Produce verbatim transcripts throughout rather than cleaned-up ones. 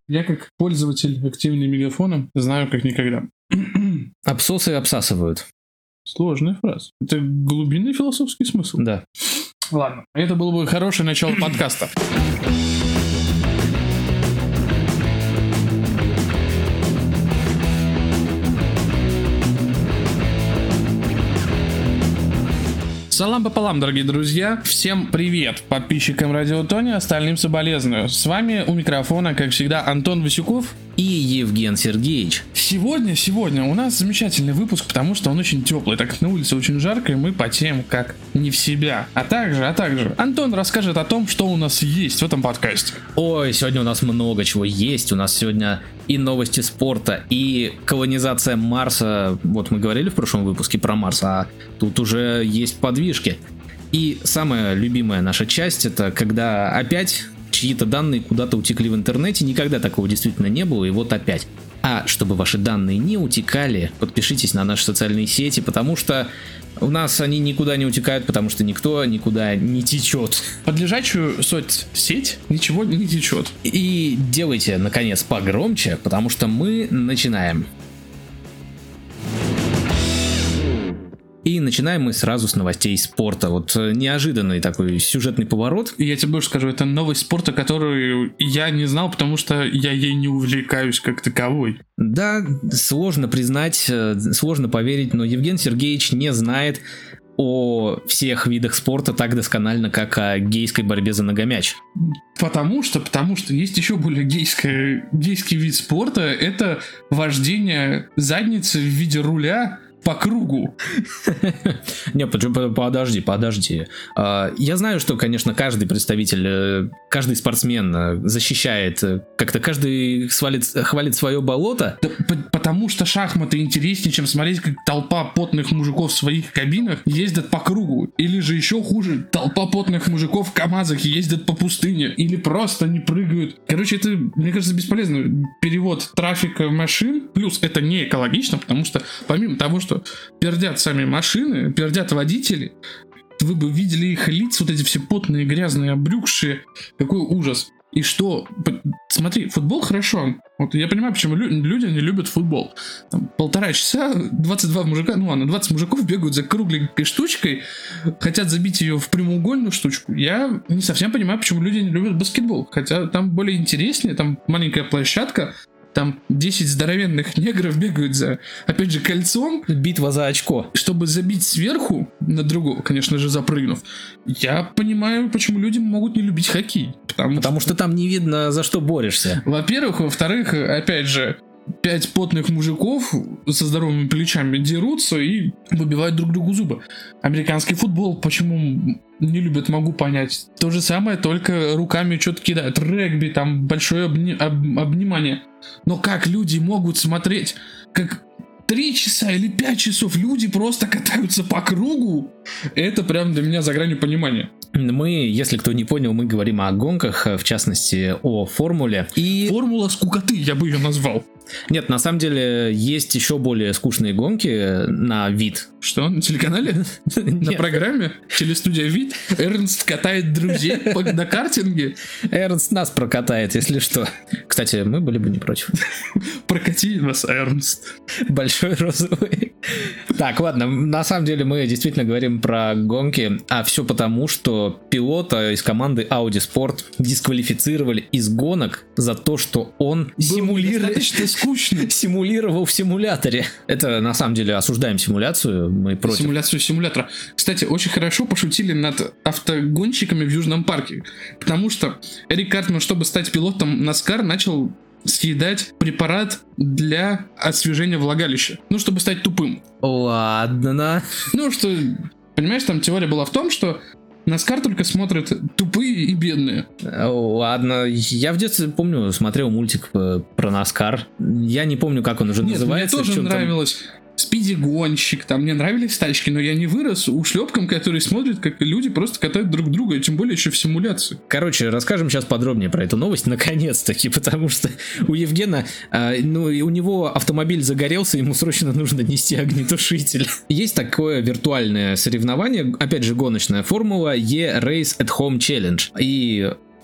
Я как пользователь активным мегафоном знаю как никогда. Абсосы обсасывают. Сложная фраза. Это глубинный философский смысл. Да. Ладно, это было бы хорошее начало подкаста. Салам пополам, дорогие друзья. Всем привет подписчикам Радио Тони, остальным соболезную. С вами у микрофона, как всегда, Антон Васюков и Евген Сергеевич. Сегодня, сегодня у нас замечательный выпуск, потому что он очень теплый. Так как на улице очень жарко, и мы потеем как не в себя. А также, а также Антон расскажет о том, что у нас есть в этом подкасте. Ой, сегодня у нас много чего есть. У нас сегодня и новости спорта, и колонизация Марса. Вот мы говорили в прошлом выпуске про Марс, а тут уже есть подвижки. И самая любимая наша часть — это когда опять чьи-то данные куда-то утекли в интернете. Никогда такого действительно не было, и вот опять. А чтобы ваши данные не утекали, подпишитесь на наши социальные сети, потому что у нас они никуда не утекают, потому что никто никуда не течет. Под лежачую соцсеть ничего не течет. И делайте, наконец, погромче, потому что мы начинаем. И начинаем мы сразу с новостей спорта. Вот неожиданный такой сюжетный поворот. И я тебе больше скажу, это новость спорта, которую я не знал, потому что я ей не увлекаюсь как таковой. Да, сложно признать, сложно поверить, но Евген Сергеевич не знает о всех видах спорта так досконально, как о гейской борьбе за ногомяч. Потому что, потому что есть еще более гейское, гейский вид спорта. Это вождение задницы в виде руля по кругу. Не, подожди, подожди. Я знаю, что, конечно, каждый представитель, каждый спортсмен защищает, как-то каждый хвалит, хвалит свое болото. Да, потому что шахматы интереснее, чем смотреть, как толпа потных мужиков в своих кабинах ездят по кругу. Или же еще хуже, толпа потных мужиков в КамАЗах ездят по пустыне. Или просто не прыгают. Короче, это, мне кажется, бесполезно. Перевод трафика машин. Плюс это не экологично, потому что помимо того, что пердят сами машины, пердят водители, вы бы видели их лица, вот эти все потные, грязные, обрюкшие. Какой ужас. И что? Смотри, футбол хорошо. Вот я понимаю, почему лю- люди не любят футбол. Там полтора часа, двадцать два мужика, ну ладно, двадцать мужиков бегают за кругленькой штучкой, хотят забить ее в прямоугольную штучку. Я не совсем понимаю, почему люди не любят баскетбол. Хотя там более интереснее, там маленькая площадка, там десять здоровенных негров бегают за, опять же, кольцом. Битва за очко. Чтобы забить сверху на другого, конечно же, запрыгнув. Я понимаю, почему люди могут не любить хоккей. Потому, потому что... что там не видно, за что борешься. Во-первых. Во-вторых, опять же, пять потных мужиков со здоровыми плечами дерутся и выбивают друг другу зубы. Американский футбол почему не любят, могу понять. То же самое, только руками что-то кидают. Регби, там большое обни- об- обнимание. Но как люди могут смотреть, как три часа или пять часов люди просто катаются по кругу? Это прям для меня за гранью понимания. Мы, если кто не понял, мы говорим о гонках, в частности, о формуле. И... Формула скукоты, я бы ее назвал. Нет, на самом деле есть еще более скучные гонки на вид. Что, на телеканале? На программе? Телестудия «Вид»? Эрнст катает друзей на картинге? Эрнст нас прокатает, если что. Кстати, мы были бы не против. Прокати нас, Эрнст. Большой розовый. Так, ладно, на самом деле мы действительно говорим про гонки, а все потому, что пилота из команды Audi Sport дисквалифицировали из гонок за то, что он симулирует... скучно. Симулировал в симуляторе. Это на самом деле осуждаем симуляцию, мы против. Симуляцию симулятора. Кстати, очень хорошо пошутили над автогонщиками в Южном парке, потому что Эрик Картман, чтобы стать пилотом NASCAR, начал съедать препарат для освежения влагалища. Ну, чтобы стать тупым. Ладно. Ну, что, понимаешь, там теория была в том, что NASCAR только смотрят тупые и бедные. Ладно, я в детстве помню, смотрел мультик про NASCAR. Я не помню, как он уже Нет, называется. Мне тоже нравилось. Там... Спиди-гонщик, там мне нравились тачки, но я не вырос ушлепком, который смотрит, как люди просто катают друг друга, и тем более еще в симуляции. Короче, расскажем сейчас подробнее про эту новость, наконец-таки, потому что у Евгена, э, ну, и у него автомобиль загорелся, ему срочно нужно нести огнетушитель. Есть такое виртуальное соревнование, опять же, гоночная формула E-Race at Home Challenge, и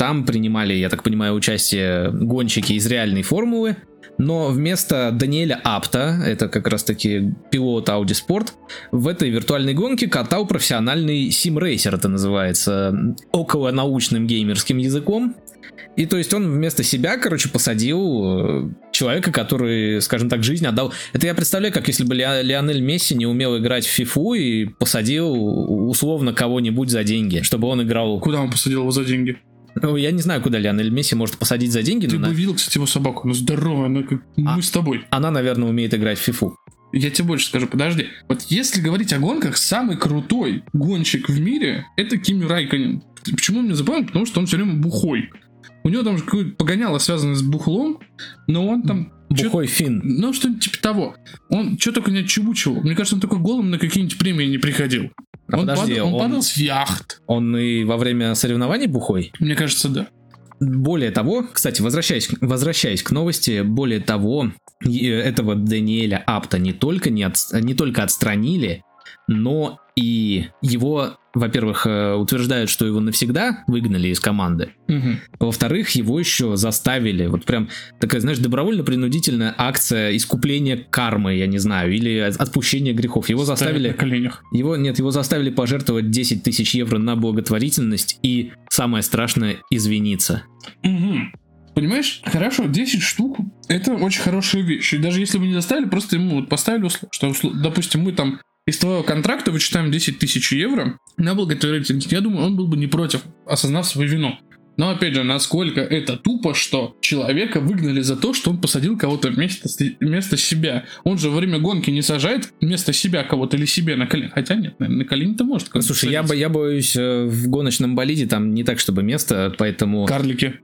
там принимали, я так понимаю, участие гонщики из реальной формулы, но вместо Даниэля Апта, это как раз таки пилот Audi Sport, в этой виртуальной гонке катал профессиональный симрейсер, это называется, около научным геймерским языком. И то есть он вместо себя, короче, посадил человека, который, скажем так, жизнь отдал. Это я представляю, как если бы Лионель Месси не умел играть в фифу и посадил условно кого-нибудь за деньги, чтобы он играл. Куда он посадил его за деньги? Ну, я не знаю, куда Лионель Месси может посадить за деньги. Ты но бы на... видел, кстати, его собаку. Ну, здоровая, ну, как а, мы с тобой. Она, наверное, умеет играть в фифу. Я тебе больше скажу, подожди. Вот если говорить о гонках, самый крутой гонщик в мире — это Кими Райконен. Почему он мне запомнил? Потому что он все время бухой. У него там же какое-то погоняло, связанное с бухлом, но он там... Бухой чё... фин. Ну, что-нибудь типа того. Он что только не отчебучивал. Мне кажется, он такой голым на какие-нибудь премии не приходил. А он, подожди, падал, он, он падал с яхт. Он и во время соревнований бухой? Мне кажется, да. Более того, кстати, возвращаясь, возвращаясь к новости, более того, этого Даниэля Апта не только, не, от, не только отстранили, но и его, во-первых, утверждают, что его навсегда выгнали из команды. Угу. Во-вторых, его еще заставили, вот прям такая, знаешь, добровольно-принудительная акция искупления кармы, я не знаю, или отпущения грехов. Его Ставят заставили... на коленях. Его, нет, его заставили пожертвовать десять тысяч евро на благотворительность и, самое страшное, извиниться. Угу. Понимаешь, хорошо, десять штук — это очень хорошая вещь. И даже если бы не заставили, просто ему вот поставили условие, что, допустим, мы там из твоего контракта вычитаем десять тысяч евро на благотворительность. Я думаю, он был бы не против, осознав свою вину. Но опять же, насколько это тупо, что человека выгнали за то, что он посадил кого-то вместо, вместо себя. Он же во время гонки не сажает вместо себя кого-то или себе на колени. Хотя нет, наверное, на колени-то может. Слушай, я, бо- я боюсь, в гоночном болиде там не так, чтобы место, поэтому... Карлики.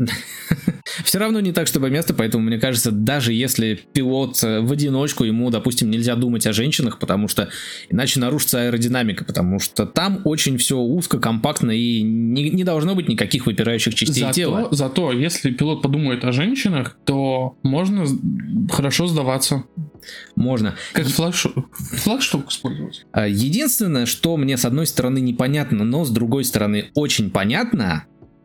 Все равно не так, чтобы место, поэтому, мне кажется, даже если пилот в одиночку, ему, допустим, нельзя думать о женщинах, потому что иначе нарушится аэродинамика, потому что там очень все узко, компактно и не, не должно быть никаких выпирающих частей зато, тела. Зато, если пилот подумает о женщинах, то можно хорошо сдаваться. Можно. Как флагшток, флагшток использовать. Единственное, что мне с одной стороны непонятно, но с другой стороны очень понятно,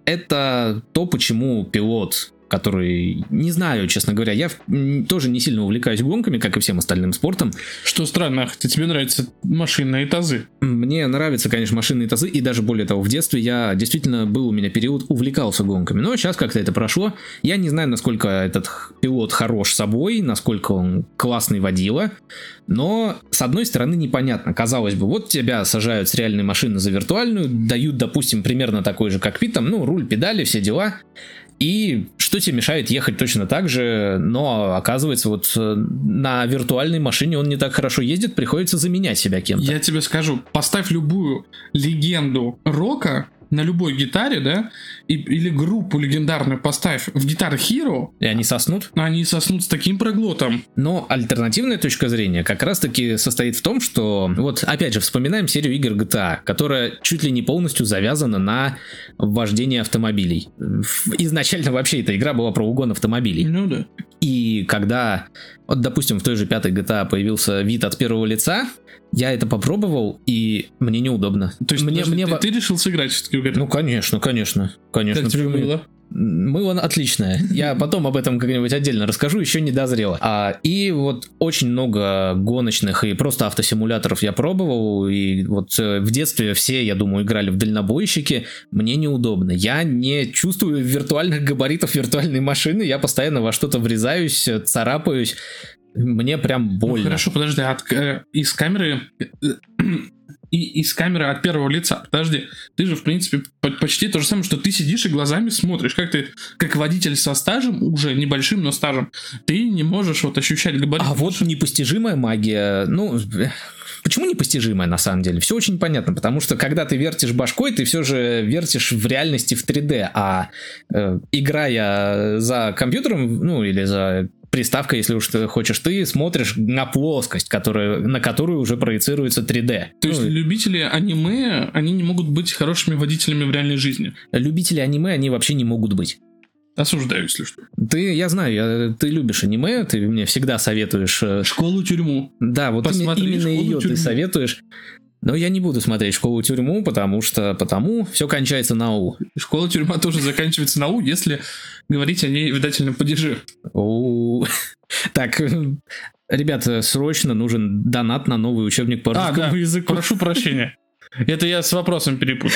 это то, почему пилот, который, не знаю, честно говоря, я тоже не сильно увлекаюсь гонками, как и всем остальным спортом. Что странно, хотя тебе нравятся машинные тазы. Мне нравятся, конечно, машинные тазы, и даже более того, в детстве я действительно, был у меня период, увлекался гонками, но сейчас как-то это прошло. Я не знаю, насколько этот пилот хорош собой, насколько он классный водила, но, с одной стороны, непонятно. Казалось бы, вот тебя сажают с реальной машины за виртуальную, дают, допустим, примерно такой же кокпит, там, ну, руль, педали, все дела. И что тебе мешает ехать точно так же, но оказывается, вот на виртуальной машине он не так хорошо ездит, приходится заменять себя кем-то. Я тебе скажу, поставь любую легенду рока на любой гитаре, да, и, или группу легендарную поставь в Guitar Hero, и они соснут? Они соснут с таким проглотом. Но альтернативная точка зрения как раз-таки состоит в том, что, вот опять же, вспоминаем серию игр джи ти эй, которая чуть ли не полностью завязана на вождении автомобилей. Изначально вообще эта игра была про угон автомобилей. Ну да. И когда, вот допустим, в той же пятой джи ти эй появился вид от первого лица, я это попробовал, и мне неудобно. То есть, мне, подожди, мне... Ты, ты решил сыграть все-таки в это? Ну, конечно, конечно, конечно. Как тебе было? Мыло отличное. Я потом об этом как-нибудь отдельно расскажу, еще не дозрело. А, и вот очень много гоночных и просто автосимуляторов я пробовал, и вот в детстве все, я думаю, играли в дальнобойщики. Мне неудобно. Я не чувствую виртуальных габаритов виртуальной машины, я постоянно во что-то врезаюсь, царапаюсь. Мне прям больно. Ну, хорошо, подожди, от, э, из камеры... И из камеры от первого лица. Подожди, ты же, в принципе, почти то же самое, что ты сидишь и глазами смотришь. Как ты, как водитель со стажем, уже небольшим, но стажем, ты не можешь вот ощущать габарит. А вот непостижимая магия, ну... Почему непостижимая, на самом деле? Все очень понятно, потому что когда ты вертишь башкой, ты все же вертишь в реальности в три дэ, а э, играя за компьютером, ну, или за приставкой, если уж ты хочешь, ты смотришь на плоскость, которая, на которую уже проецируется три дэ. То ну, есть любители аниме, они не могут быть хорошими водителями в реальной жизни? Любители аниме, они вообще не могут быть. Осуждаю, если что. Ты, я знаю, я, ты любишь аниме, ты мне всегда советуешь... Школу-тюрьму. Да, вот именно, именно ее ты советуешь. Но я не буду смотреть «Школу-тюрьму», потому что потому все кончается на «у». Школа-тюрьма тоже заканчивается на «у», если говорить о ней в дательном падеже. У. Так, ребята, срочно нужен донат на новый учебник по русскому а, да. языку. Прошу прощения. Это я с вопросом перепутал.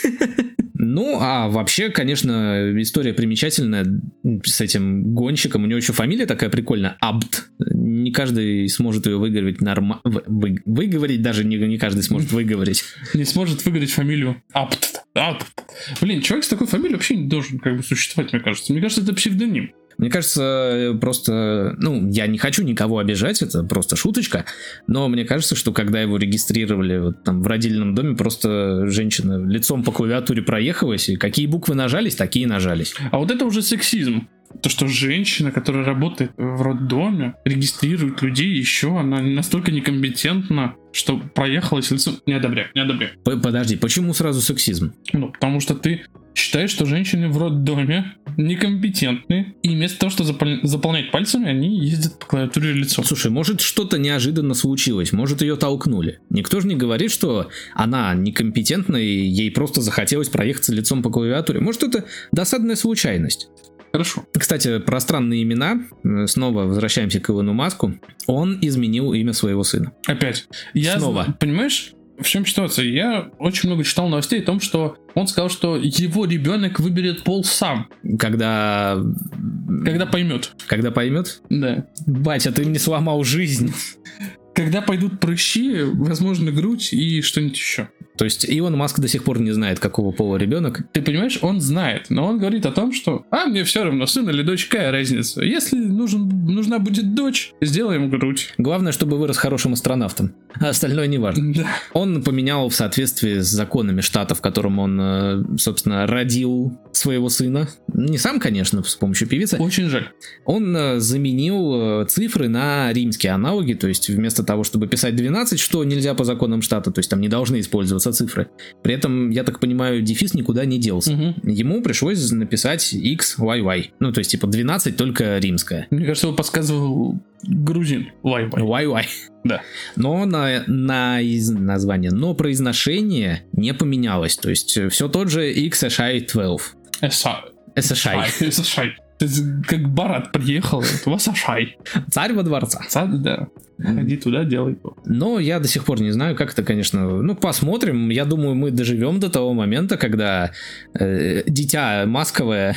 Ну, а вообще, конечно, история примечательная с этим гонщиком. У него еще фамилия такая прикольная. Абт. Не каждый сможет ее выговорить нормально. Вы... Выговорить даже не, не каждый сможет выговорить. Не сможет выговорить фамилию Абт. Абт. Блин, человек с такой фамилией вообще не должен как бы существовать, мне кажется. Мне кажется, это псевдоним. Мне кажется, просто, ну, я не хочу никого обижать, это просто шуточка, но мне кажется, что когда его регистрировали вот, там, в родильном доме, просто женщина лицом по клавиатуре проехалась, и какие буквы нажались, такие нажались. А вот это уже сексизм. То, что женщина, которая работает в роддоме, регистрирует людей еще, она настолько некомпетентна, что проехалась лицом... Не одобряю, не одобряю. Подожди, почему сразу сексизм? Ну, потому что ты считаешь, что женщины в роддоме некомпетентны, и вместо того, чтобы запол... заполнять пальцами, они ездят по клавиатуре лицом. Слушай, может что-то неожиданно случилось, может ее толкнули. Никто же не говорит, что она некомпетентна, и ей просто захотелось проехаться лицом по клавиатуре. Может, это досадная случайность. Хорошо. Кстати, про странные имена. Снова возвращаемся к Илону Маску. Он изменил имя своего сына. Опять. Я Снова. Зна... Понимаешь, в чем ситуация? Я очень много читал новостей о том, что он сказал, что его ребенок выберет пол сам. Когда... Когда поймет. Когда поймет? Да. Батя, ты мне сломал жизнь. Когда пойдут прыщи, возможно, грудь и что-нибудь еще. То есть Илон Маск до сих пор не знает, какого пола ребенок. Ты понимаешь, он знает, но он говорит о том, что а, мне все равно, сын или дочь, какая разница. Если нужен, нужна будет дочь, сделаем грудь. Главное, чтобы вырос хорошим астронавтом, а остальное не важно. Да. Он поменял в соответствии с законами штата, в котором он, собственно, родил своего сына. Не сам, конечно, с помощью певицы. Очень жаль. Он заменил цифры на римские аналоги, то есть вместо того, чтобы писать двенадцать, что нельзя по законам штата, то есть там не должны использоваться цифры. При этом, я так понимаю, дефис никуда не делся. Угу. Ему пришлось написать X Y Y. Ну, то есть, типа, двенадцать только римская. Мне кажется, его подсказывал грузин. Y Y. Y Y. Да. Но на, на из, название, но произношение не поменялось. То есть, все тот же X H I двенадцать. эс эй. эс эш ай. эс эш ай. Как Барат приехал, в эс эш ай. Царь во дворца. Царь, да. Ходи туда, делай то. Но я до сих пор не знаю, как это, конечно. Ну, посмотрим. Я думаю, мы доживем до того момента, когда э, дитя масковое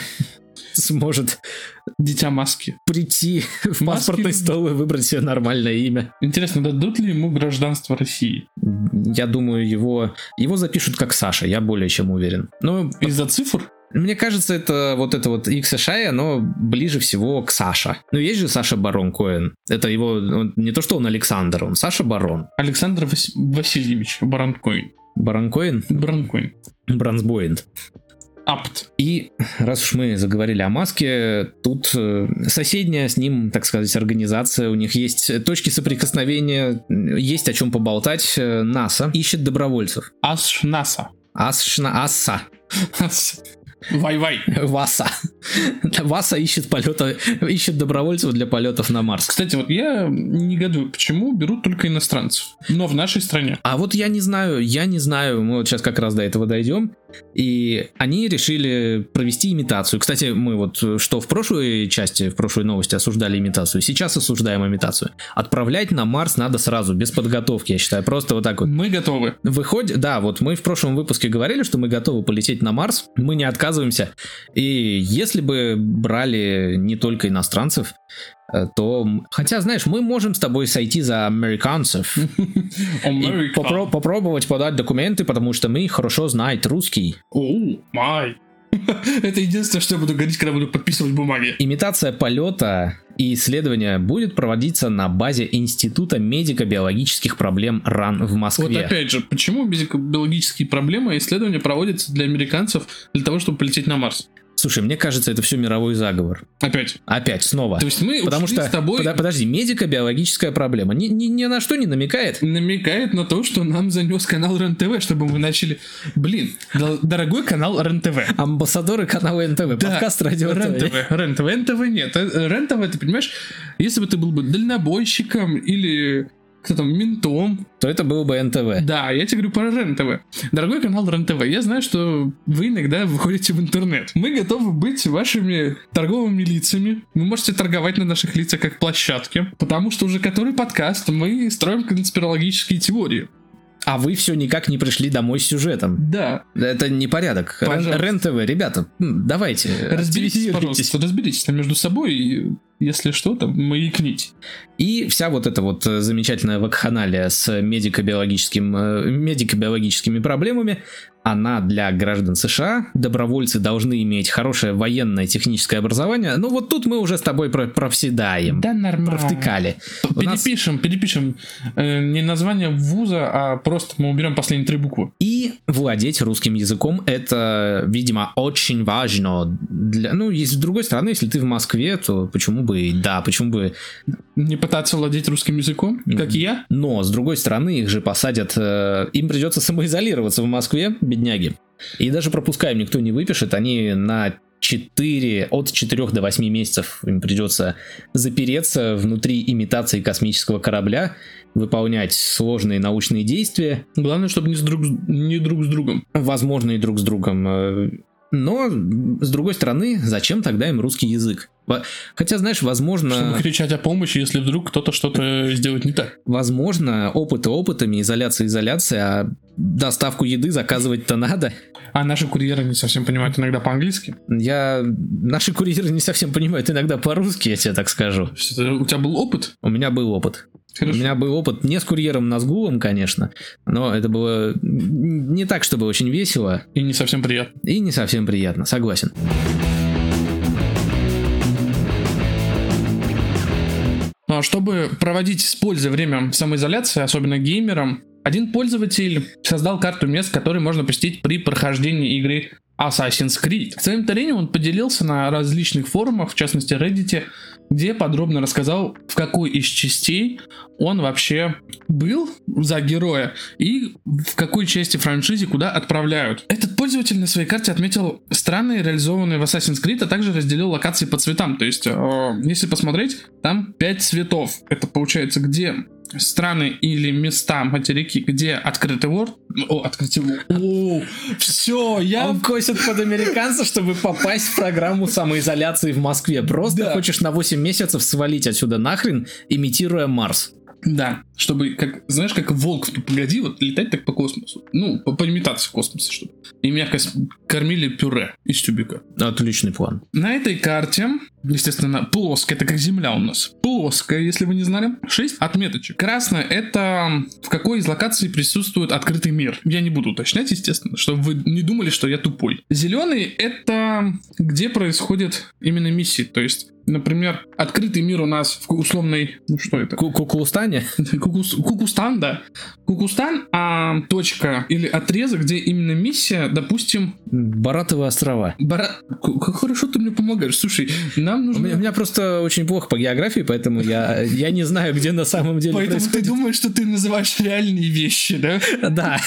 сможет Дитя маски прийти в паспортный стол и выбрать себе нормальное имя. Интересно, дадут ли ему гражданство России? Я думаю, его, его запишут как Саша, я более чем уверен. Но из-за цифр? Мне кажется, это вот это вот икс эш ай, оно ближе всего к Саша. Ну, есть же Саша Барон Коэн. Это его, он, не то что он Александр, он Саша Барон. Александр Вас... Васильевич Барон Коэн. Барон Коэн? Барон Коэн. Бронзбоинд. Апт. И раз уж мы заговорили о Маске, тут э, соседняя с ним, так сказать, организация, у них есть точки соприкосновения, есть о чем поболтать. НАСА ищет добровольцев. Аш НАСА. Асшна Асса. Вай-вай. Васа. Васа ищет полета, ищет добровольцев для полетов на Марс. Кстати, вот я негодую, почему берут только иностранцев, но в нашей стране. А вот я не знаю, я не знаю, мы вот сейчас как раз до этого дойдем. И они решили провести имитацию. Кстати, мы вот что в прошлой части, в прошлой новости осуждали имитацию, сейчас осуждаем имитацию. Отправлять на Марс надо сразу, без подготовки, я считаю, просто вот так вот. Мы готовы. Выходит, да, вот мы в прошлом выпуске говорили, что мы готовы полететь на Марс, мы не отказываемся. И если бы брали не только иностранцев, то, хотя, знаешь, мы можем с тобой сойти за американцев и попро- попробовать подать документы, потому что мы хорошо знаем русский. Оу, май. Это единственное, что я буду говорить, когда буду подписывать бумаги. Имитация полета и исследования будет проводиться на базе Института медико-биологических проблем РАН в Москве. Вот опять же, почему медико-биологические проблемы и исследования проводятся для американцев для того, чтобы полететь на Марс? Слушай, мне кажется, это все мировой заговор. Опять? Опять, снова. То есть мы Потому что, с тобой... Под, подожди, медико-биологическая проблема ни, ни, ни на что не намекает? Намекает на то, что нам занес канал РЕН-ТВ, чтобы мы начали... Блин, дорогой канал РЕН-ТВ. Амбассадоры канала эн тэ вэ, да. Подкаст радио РЕН-ТВ. РЕН-ТВ, эн тэ вэ нет. РЕН-ТВ, ты понимаешь, если бы ты был бы дальнобойщиком или кто там, ментом, то это было бы эн тэ вэ. Да, я тебе говорю про РЕН-ТВ. Дорогой канал РЕН-ТВ, я знаю, что вы иногда выходите в интернет. Мы готовы быть вашими торговыми лицами. Вы можете торговать на наших лицах как площадке, потому что уже который подкаст мы строим конспирологические теории. А вы все никак не пришли домой с сюжетом. Да. Это непорядок. РЕН-ТВ, ребята, давайте. Разберитесь, пожалуйста, разберитесь там между собой, и если что, там маякните. И вся вот эта вот замечательная вакханалия с медико-биологическим, медико-биологическими проблемами, она для граждан США. Добровольцы должны иметь хорошее военное техническое образование. Ну вот тут мы уже с тобой про- проседаем. Да нормально. Провтыкали. Перепишем, нас... перепишем э, не название вуза, а просто мы уберем последние три буквы. И владеть русским языком — это, видимо, очень важно. Для... Ну, и с другой стороны, если ты в Москве, то почему бы, да, почему бы... Не пытаться владеть русским языком, как mm-hmm. и я? Но, с другой стороны, их же посадят... Э, им придется самоизолироваться в Москве, бедняги. И даже пропуска им никто не выпишет, они на четыре, от четырёх до восьми месяцев им придется запереться внутри имитации космического корабля, выполнять сложные научные действия. Главное, чтобы не, с друг, не друг с другом. Возможно, и друг с другом. Но, с другой стороны, зачем тогда им русский язык? Хотя, знаешь, возможно... Чтобы кричать о помощи, если вдруг кто-то что-то сделает не так. Возможно, опыты опытами, изоляция изоляция, а доставку еды заказывать-то надо. А наши курьеры не совсем понимают иногда по-английски. Я... Наши курьеры не совсем понимают иногда по-русски, я тебе так скажу. Что, у тебя был опыт? У меня был опыт. Хорошо. У меня был опыт не с курьером Назгулом, конечно, но это было не так, чтобы очень весело. И не совсем приятно. И не совсем приятно, согласен. Ну а чтобы проводить с пользой время самоизоляции, особенно геймерам, один пользователь создал карту мест, которые можно посетить при прохождении игры Assassin's Creed. В своем творении он поделился на различных форумах, в частности Reddit, где подробно рассказал, в какой из частей он вообще был за героя и в какой части франшизы куда отправляют. Этот пользователь на своей карте отметил страны, реализованные в Assassin's Creed, а также разделил локации по цветам. То есть, э, если посмотреть, там пять цветов. Это получается, где страны или места, материки, где открытый ворд. О, открытый ворд. О, все, я... Он косит под американца, чтобы попасть в программу самоизоляции в Москве. Просто да. Хочешь на восемь месяцев свалить отсюда нахрен, имитируя Марс. Да, чтобы, как, знаешь, как волк в «Ну, погоди», вот летать так по космосу. Ну, по, по имитации космоса, чтобы. И меня кос... кормили пюре из тюбика. Отличный план. На этой карте, естественно, плоская, это как Земля у нас. Плоская, если вы не знали. шесть отметочек. Красная — это в какой из локаций присутствует открытый мир. Я не буду уточнять, естественно, чтобы вы не думали, что я тупой. Зеленый — это где происходят именно миссии. То есть, например, открытый мир у нас в условной... Ну, что это? Кукустане? Кукус... Кукустан, да. Кукустан, а точка или отрезок, где именно миссия, допустим... Баратовы острова. Бара... Как хорошо ты мне помогаешь. Слушай, нам нужно... У меня, у меня просто очень плохо по географии, поэтому я, я не знаю, где на самом деле поэтому происходит. Ты думаешь, что ты называешь реальные вещи, да? Да.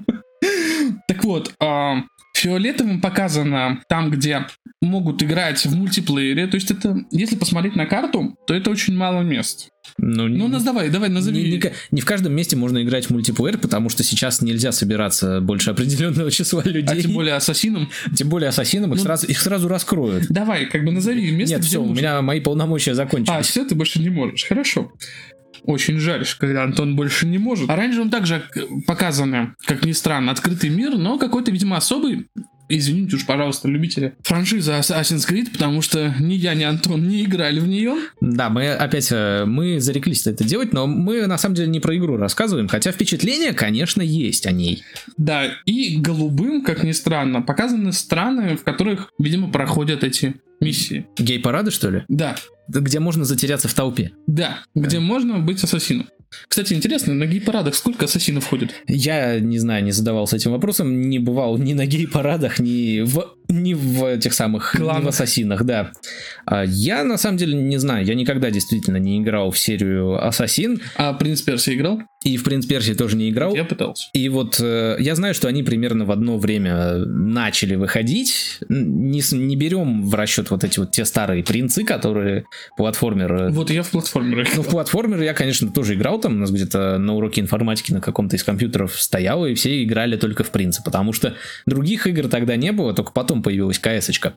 Так вот, фиолетовым показано там, где могут играть в мультиплеере. То есть это, если посмотреть на карту, то это очень мало мест. Ну, ну нас давай, давай, назови. Не, не, не в каждом месте можно играть в мультиплеер, потому что сейчас нельзя собираться больше определенного числа людей. А тем более ассасинам. Тем более ассасинам, их, ну, сразу, их сразу раскроют. Давай, как бы назови место. Нет, все, у меня мои полномочия закончились. А, все, ты больше не можешь. Хорошо. Очень жаль, когда Антон больше не может. Оранжевым также показано, как ни странно, открытый мир, но какой-то, видимо, особый. Извините уж, пожалуйста, любители франшизы Assassin's Creed, потому что ни я, ни Антон не играли в нее. Да, мы опять, мы зареклись это делать, но мы на самом деле не про игру рассказываем, хотя впечатление, конечно, есть о ней. Да, и голубым, как ни странно, показаны страны, в которых, видимо, проходят эти миссии. Гей-парады, что ли? Да. Где можно затеряться в толпе. Да, где можно быть ассасином. Кстати, интересно, на гей-парадах сколько ассасинов ходит? Я не знаю, не задавался этим вопросом, не бывал ни на гей-парадах, ни в Не в этих самых, не в Ассасинах, да. Я, на самом деле, не знаю, я никогда действительно не играл в серию Ассасин. А Принц Персии играл? И в Принц Персии тоже не играл. Я пытался. И вот э, я знаю, что они примерно в одно время начали выходить. Не, не берем в расчет вот эти вот те старые принцы, которые платформеры. Вот я в платформеры играл. Ну, в платформеры я, конечно, тоже играл. Там у нас где-то на уроке информатики на каком-то из компьютеров стоял, и все играли только в принца, потому что других игр тогда не было, только потом появилась КС-очка.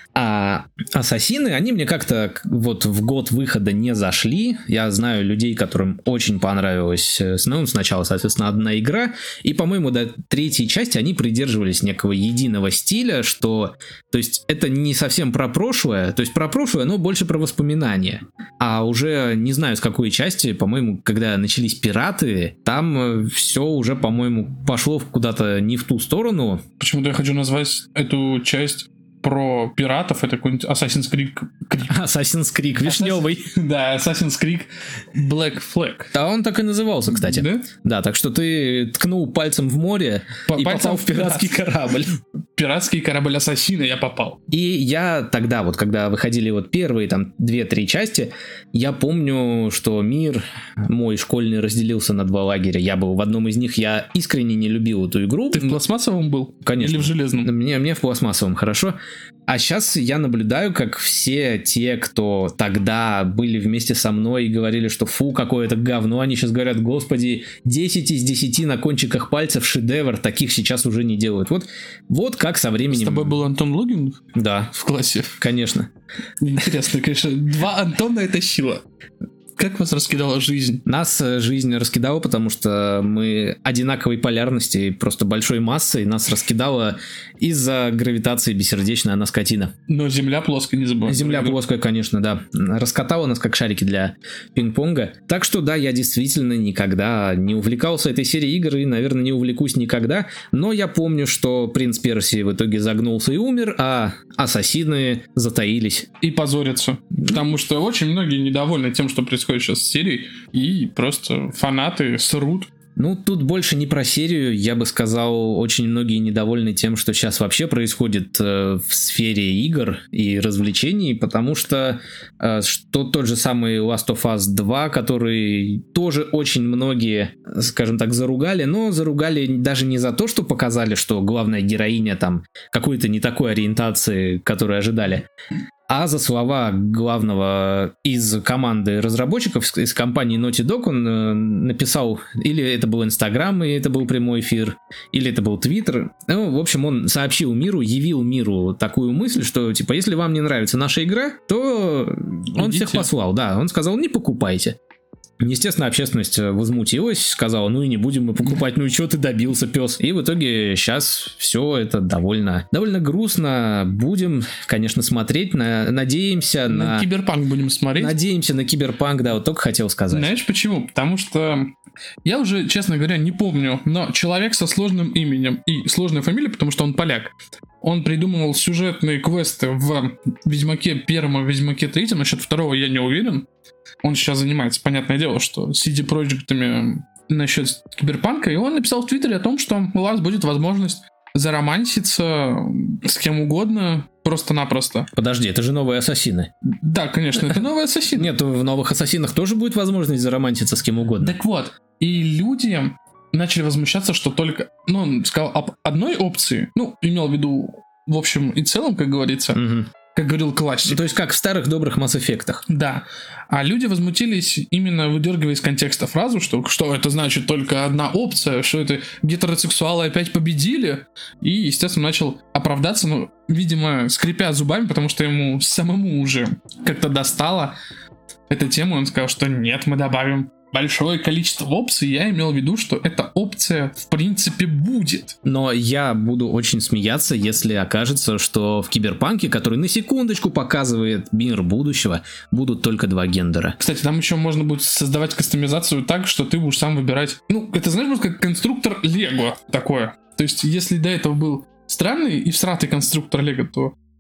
А Ассасины, они мне как-то вот в год выхода не зашли. Я знаю людей, которым очень понравилась, ну, сначала, соответственно, одна игра, и, по-моему, до третьей части они придерживались некого единого стиля, что, то есть, это не совсем про прошлое, то есть про прошлое, но больше про воспоминания. А уже не знаю, с какой части, по-моему, когда начались пираты, там все уже, по-моему, пошло куда-то не в ту сторону. Почему-то я хочу назвать эту часть про пиратов, это какой-нибудь Assassin's Creed. Assassin's Creed вишневый. Да, Assassin's Creed Black Flag. А он так и назывался, кстати. Да? Да, так что ты ткнул пальцем в море По- и пальцем попал в пиратский пират. корабль. Пиратский корабль Ассасина, я попал. И я тогда, вот когда выходили вот первые там две-три части, я помню, что мир мой школьный разделился на два лагеря. Я был в одном из них, я искренне не любил эту игру. Ты в пластмассовом был? Конечно. Или в железном? Мне, мне в пластмассовом хорошо. А сейчас я наблюдаю, как все те, кто тогда были вместе со мной и говорили, что фу, какое это говно, они сейчас говорят, господи, десять из десяти на кончиках пальцев, шедевр, таких сейчас уже не делают. Вот, вот как со временем... С тобой был Антон Логин? Да. В классе? Конечно. Интересно, конечно. Два Антона — это сила. Как вас раскидала жизнь? Нас жизнь раскидала, потому что мы одинаковой полярности, просто большой массой, нас раскидала из-за гравитации бессердечная она скотина. Но Земля плоская, не забывай. Земля плоская, конечно, да. Раскатала нас как шарики для пинг-понга. Так что да, я действительно никогда не увлекался этой серией игр и, наверное, не увлекусь никогда. Но я помню, что Принц Персии в итоге загнулся и умер, а Ассасины затаились. И позорятся. Потому что очень многие недовольны тем, что происходит сейчас с серией, и просто фанаты срут. Ну, тут больше не про серию, я бы сказал, очень многие недовольны тем, что сейчас вообще происходит э, в сфере игр и развлечений, потому что э, что тот же самый Last of Us два, который тоже очень многие, скажем так, заругали, но заругали даже не за то, что показали, что главная героиня там какой-то не такой ориентации, которую ожидали, а за слова главного из команды разработчиков, из компании Naughty Dog, он э, написал, или это был Инстаграм, и это был прямой эфир, или это был Твиттер. Ну, в общем, он сообщил миру, явил миру такую мысль, что, типа, если вам не нравится наша игра, то он Идите. всех послал, да, он сказал, не покупайте. Естественно, общественность возмутилась, сказала, ну и не будем мы покупать, ну и что ты добился, пес. И в итоге сейчас все это довольно, довольно грустно. Будем, конечно, смотреть, на, надеемся на... На Киберпанк будем смотреть. Надеемся на Киберпанк, да, вот только хотел сказать. Знаешь почему? Потому что я уже, честно говоря, не помню, но человек со сложным именем и сложной фамилией, потому что он поляк, он придумывал сюжетные квесты в Ведьмаке первом и Ведьмаке третьем, насчет второго я не уверен. Он сейчас занимается, понятное дело, что си ди Projekt'ами насчет Киберпанка, и он написал в Твиттере о том, что у вас будет возможность зароманситься с кем угодно, просто-напросто. Подожди, это же новые Ассасины. Да, конечно, это новый Ассасин. Нет, в новых Ассасинах тоже будет возможность заромантиться с кем угодно. Так вот, и люди начали возмущаться, что только, ну, он сказал об одной опции, ну, имел в виду, в общем и целом, как говорится, Угу. как говорил классик. Ну, то есть как в старых добрых Mass Effect'ах. Да. А люди возмутились, именно выдергивая из контекста фразу, что, что это значит только одна опция, что это гетеросексуалы опять победили. И, естественно, начал оправдаться, ну, видимо, скрипя зубами, потому что ему самому уже как-то достало эта тема. Он сказал, что нет, мы добавим большое количество опций. Я имел в виду, что эта опция в принципе будет. Но я буду очень смеяться, если окажется, что в Киберпанке, который на секундочку показывает мир будущего, будут только два гендера. Кстати, там еще можно будет создавать кастомизацию так, что ты будешь сам выбирать. Ну, это, знаешь, вот как конструктор Лего такое. То есть, если до этого был странный и всратый конструктор Лего, то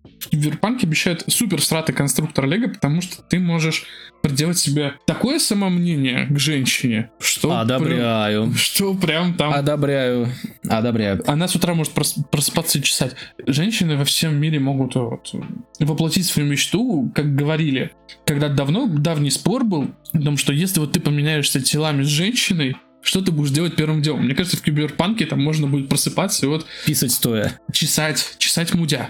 в Киберпанке обещают супер страты конструктор Лего, потому что ты можешь проделать себе такое самомнение к женщине, что Одобряю. Прям, что прям там... Одобряю. Одобряю. Она с утра может прос- просыпаться и чесать. Женщины во всем мире могут вот, воплотить свою мечту, как говорили. Когда давно, давний спор был о том, что если вот ты поменяешься телами с женщиной, что ты будешь делать первым делом? Мне кажется, в Киберпанке там можно будет просыпаться и вот... Писать стоя. Чесать, чесать мудя.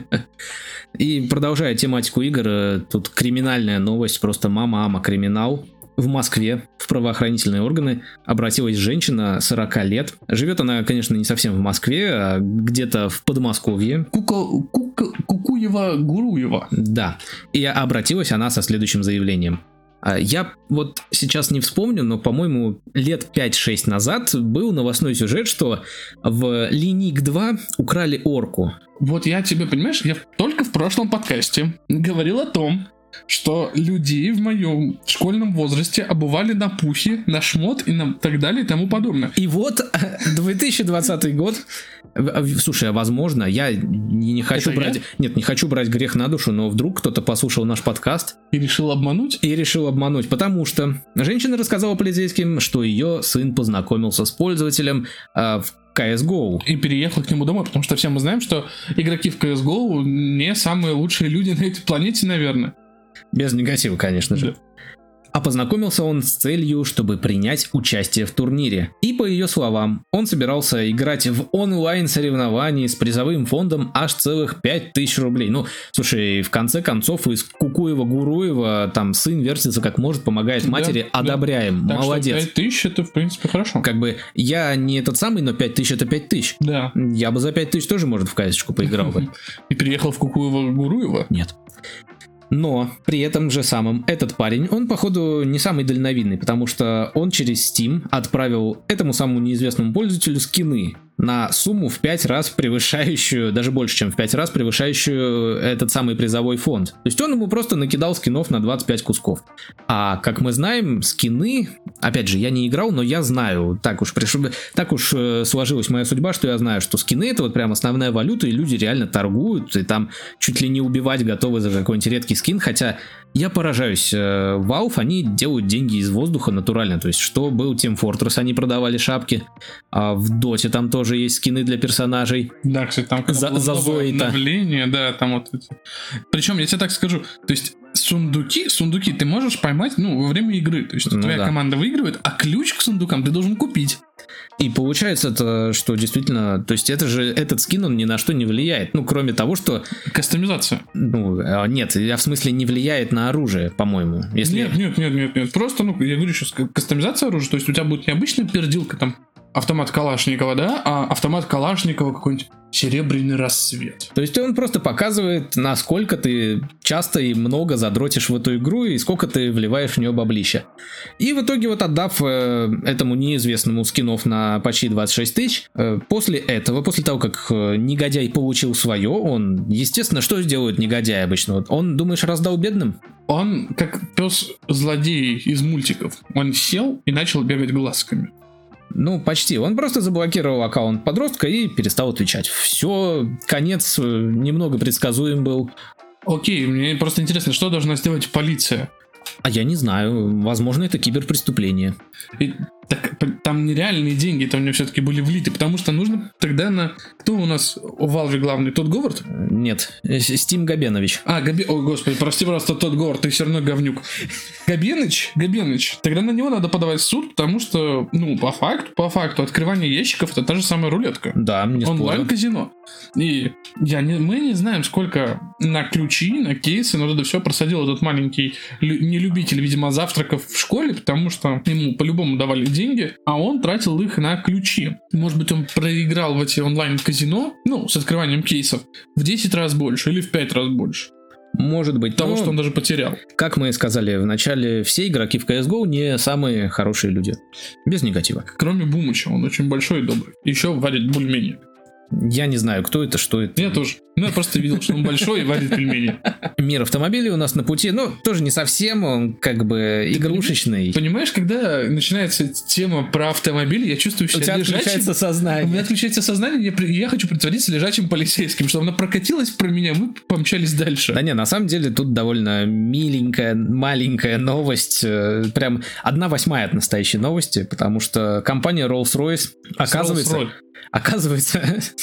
И продолжая тематику игр, тут криминальная новость, просто мама-ама криминал. В Москве в правоохранительные органы обратилась женщина сорок лет. Живет она, конечно, не совсем в Москве, а где-то в Подмосковье. Кука, кука, Кукуева-Гуруева. Да. И обратилась она со следующим заявлением. Я вот сейчас не вспомню, но, по-моему, лет пять-шесть назад был новостной сюжет, что в Линик два украли орку. Вот я тебе, понимаешь, я только в прошлом подкасте говорил о том, что людей в моем школьном возрасте обували на пухи, на шмот и на так далее и тому подобное. И вот две тысячи двадцатый год. Слушай, а возможно, я не, не хочу Это брать... Я? Нет, не хочу брать грех на душу, но вдруг кто-то послушал наш подкаст... И решил обмануть? И решил обмануть, потому что женщина рассказала полицейским, что ее сын познакомился с пользователем э, в си эс го. И переехал к нему домой, потому что все мы знаем, что игроки в си эс го не самые лучшие люди на этой планете, наверное. Без негатива, конечно же. Да. А познакомился он с целью, чтобы принять участие в турнире. И по ее словам, он собирался играть в онлайн-соревновании с призовым фондом аж целых пять тысяч рублей. Ну, слушай, в конце концов из Кукуева-Гуруева там сын вертится как может, помогает матери, да, одобряем, да. Молодец. Так что пять тысяч это, в принципе, хорошо. Как бы я не этот самый, но пять тысяч это пять тысяч. Да. Я бы за пять тысяч тоже, может, в каечку поиграл бы. И переехал в Кукуева-Гуруева? Нет. Но при этом же самом этот парень, он походу не самый дальновидный, потому что он через Steam отправил этому самому неизвестному пользователю скины на сумму в пять раз превышающую, даже больше, чем в пять раз превышающую этот самый призовой фонд. То есть он ему просто накидал скинов на двадцать пять кусков. А как мы знаем, скины, опять же, я не играл, но я знаю, так уж, приш... так уж сложилась моя судьба, что я знаю, что скины это вот прям основная валюта, и люди реально торгуют, и там чуть ли не убивать готовы за какой-нибудь редкий скин, хотя я поражаюсь, Valve, они делают деньги из воздуха натурально, то есть что был Team Fortress, они продавали шапки, а в Доте там тоже есть скины для персонажей. Да, кстати, там за, за обновление, да, там вот эти. Причем, я тебе так скажу, то есть сундуки, сундуки ты можешь поймать, ну, во время игры, то есть ну, твоя да. команда выигрывает, а ключ к сундукам ты должен купить. И получается, это, что действительно, то есть это же, этот скин, он ни на что не влияет, ну, кроме того, что... Кастомизация. Ну, нет, я в смысле не влияет на оружие, по-моему. Если... Нет, нет, нет, нет, нет, просто, ну, я говорю сейчас, кастомизация оружия, то есть у тебя будет не обычная пердилка, там, автомат Калашникова, да, а автомат Калашникова какой-нибудь серебряный рассвет. То есть он просто показывает, насколько ты часто и много задротишь в эту игру и сколько ты вливаешь в нее баблища. И в итоге вот отдав э, этому неизвестному скинов на почти двадцать шесть тысяч, э, после этого, после того, как э, негодяй получил свое, он, естественно, что сделает негодяй обычно? Вот он, думаешь, раздал бедным? Он, как пес-злодей из мультиков, он сел и начал бегать глазками. Ну, почти. Он просто заблокировал аккаунт подростка и перестал отвечать. Все, конец немного предсказуем был. Окей, мне просто интересно, что должна сделать полиция? А я не знаю. Возможно, это киберпреступление. И, так, там нереальные деньги, там у меня все-таки были влиты, потому что нужно тогда на... Кто у нас у Valve главный? Тот Говард? Нет, Стим Габенович. А, Габи... О, господи, прости, просто тот Говард, ты все равно говнюк. Габеныч? Габеныч. Тогда на него надо подавать в суд, потому что, ну, по факту, по факту, открывание ящиков — это та же самая рулетка. Да, не спорю. Онлайн-казино. И я не, мы не знаем, сколько на ключи, на кейсы, но это все просадил этот маленький лю- нелюбитель, видимо, завтраков в школе, потому что ему по-любому давали деньги, а он тратил их на ключи. Может быть, он проиграл в эти онлайн-казино, ну, с открыванием кейсов, в десять раз больше или в пять раз больше. Может быть. Того, что он даже потерял. Как мы сказали в начале, все игроки в си эс го не самые хорошие люди. Без негатива. Кроме Бумыча, он очень большой и добрый. Еще варит бульмени. Я не знаю, кто это, что это. Я тоже. Ну, я просто видел, что он большой и варит пельмени. Мир автомобилей у нас на пути, ну, тоже не совсем, он как бы Ты игрушечный. Понимаешь, когда начинается тема про автомобили, я чувствую себя лежачим. У тебя отключается сознание. У меня отключается сознание, я, я хочу притвориться лежачим полицейским, чтобы она прокатилась про меня, мы помчались дальше. Да не, на самом деле тут довольно миленькая, маленькая новость, прям одна восьмая от настоящей новости, потому что компания Rolls-Royce, оказывается... Rolls-Royce. Оказывается...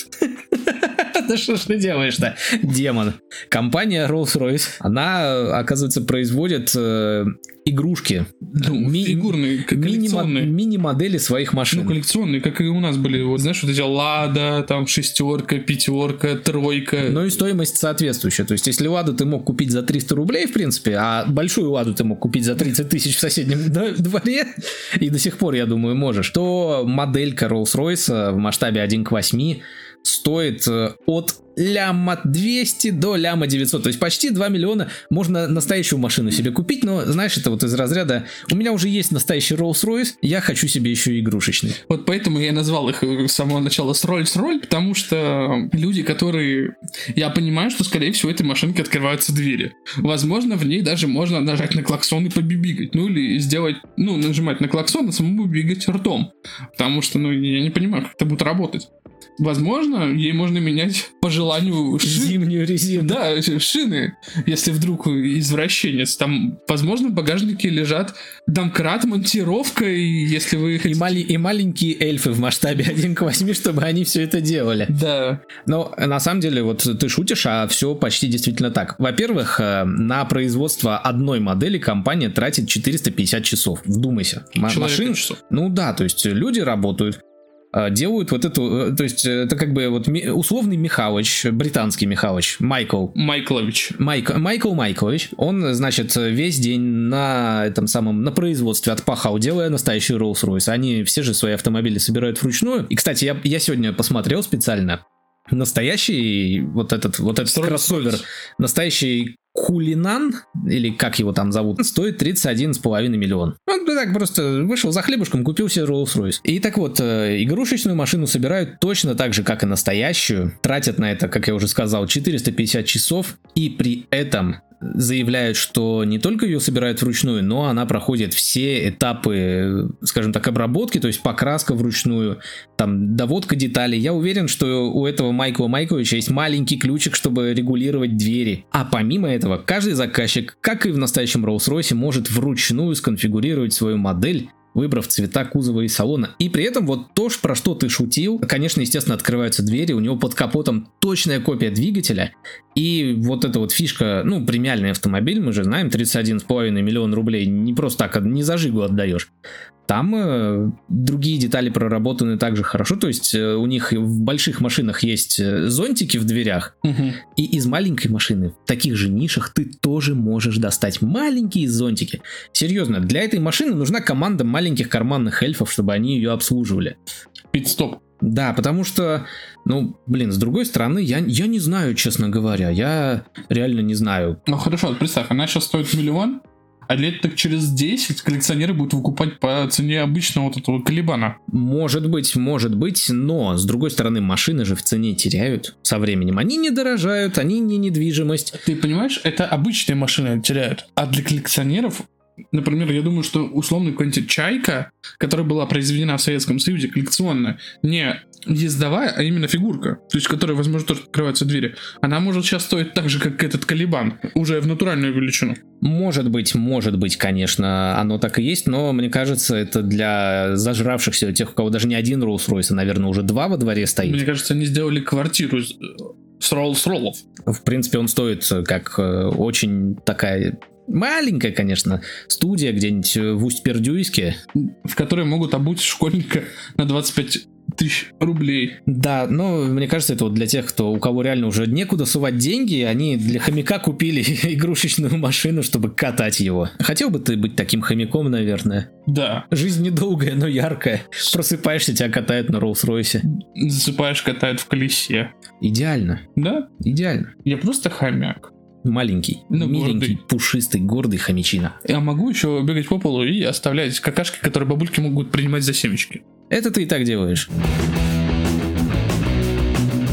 Да что ж ты делаешь-то, демон? Компания Rolls-Royce, она, оказывается, производит э, игрушки. Ну, ми- фигурные, коллекционные. Мини-модели своих машин. Ну, коллекционные, как и у нас были. Вот знаешь, вот эти Лада, там шестерка, пятерка, тройка. Ну и стоимость соответствующая. То есть, если Ладу ты мог купить за триста рублей, в принципе, а большую Ладу ты мог купить за тридцать тысяч в соседнем дворе, и до сих пор, я думаю, можешь, то моделька Rolls-Royce в масштабе один к восьми стоит от ляма двести до ляма девятьсот, то есть почти два миллиона. Можно настоящую машину себе купить, но знаешь, это вот из разряда: у меня уже есть настоящий Rolls-Royce, я хочу себе еще и игрушечный. Вот поэтому я назвал их с самого начала с Rolls-Royce, потому что люди, которые... Я понимаю, что, скорее всего, этой машинке открываются двери. Возможно, в ней даже можно нажать на клаксон и побибигать. Ну, или сделать... Ну, нажимать на клаксон, а самому бегать ртом. Потому что, ну, я не понимаю, как это будет работать. Возможно, ей можно менять по желанию ши... зимнюю резину. Да, шины, если вдруг извращенец. Там, возможно, в багажнике лежат домкрат, монтировка, и если вы хотите... И, мали... и маленькие эльфы в масштабе один к восьми, чтобы они все это делали. Да. Но на самом деле, вот ты шутишь, а все почти действительно так. Во-первых, на производство одной модели компания тратит четыреста пятьдесят часов. Вдумайся. Машин... часов. Ну да, то есть люди работают, делают вот эту, то есть это как бы вот условный Михалыч, британский Михалыч, Майкл. Майклович. Майк, Майкл Майклович, он, значит, весь день на этом самом, на производстве отпахал, делая настоящий Rolls-Royce. Они все же свои автомобили собирают вручную. И, кстати, я, я сегодня посмотрел специально. Настоящий вот этот, вот этот кроссовер, настоящий Кулинан, или как его там зовут, стоит тридцать один с половиной миллион. Он так просто вышел за хлебушком, купил себе Rolls-Royce. И так вот, игрушечную машину собирают точно так же, как и настоящую. Тратят на это, как я уже сказал, четыреста пятьдесят часов. И при этом заявляют, что не только ее собирают вручную, но она проходит все этапы, скажем так, обработки, то есть покраска вручную, там доводка деталей. Я уверен, что у этого Майкла Майковича есть маленький ключик, чтобы регулировать двери. А помимо этого, каждый заказчик, как и в настоящем Rolls-Royce, может вручную сконфигурировать свою модель, выбрав цвета кузова и салона. И при этом вот то, про что ты шутил, конечно, естественно, открываются двери, у него под капотом точная копия двигателя, и вот эта вот фишка, ну, премиальный автомобиль, мы же знаем, тридцать один с половиной миллион рублей, не просто так, не за жигу отдаешь. Там э, другие детали проработаны также хорошо, то есть э, у них в больших машинах есть зонтики в дверях, угу. И из маленькой машины в таких же нишах ты тоже можешь достать маленькие зонтики. Серьезно, для этой машины нужна команда маленьких карманных эльфов, чтобы они ее обслуживали. Пит-стоп. Да, потому что, ну, блин, с другой стороны, я, я не знаю, честно говоря, я реально не знаю. Ну хорошо, вот представь, она сейчас стоит миллион, а лет так через десять коллекционеры будут выкупать по цене обычного вот этого Калибана. Может быть, может быть, но, с другой стороны, машины же в цене теряют со временем. Они не дорожают, они не недвижимость. Ты понимаешь, это обычные машины теряют, а для коллекционеров... Например, я думаю, что условно какая-нибудь «Чайка», которая была произведена в Советском Союзе, коллекционная, не ездовая, а именно фигурка, то есть которая, возможно, тоже открываются двери, она может сейчас стоить так же, как этот Калибан, уже в натуральную величину. Может быть, может быть, конечно, оно так и есть, но мне кажется, это для зажравшихся, тех, у кого даже не один Rolls-Royce, а, наверное, уже два во дворе стоит. Мне кажется, они сделали квартиру с Rolls-Royce. В принципе, он стоит как очень такая... Маленькая, конечно, студия где-нибудь в Усть-Пердюйске, в которой могут обуть школьника на двадцать пять тысяч рублей. Да, но мне кажется, это вот для тех, кто, у кого реально уже некуда сувать деньги, они для хомяка купили игрушечную машину, чтобы катать его. Хотел бы ты быть таким хомяком, наверное? Да. Жизнь недолгая, но яркая. Просыпаешься, тебя катают на Роллс-Ройсе. Засыпаешь, катают в колесе. Идеально. Да? Идеально. Я просто хомяк. Маленький, ну, миленький, гордый. Пушистый, гордый хомячина. Я могу еще бегать по полу и оставлять какашки, которые бабульки могут принимать за семечки. Это ты и так делаешь.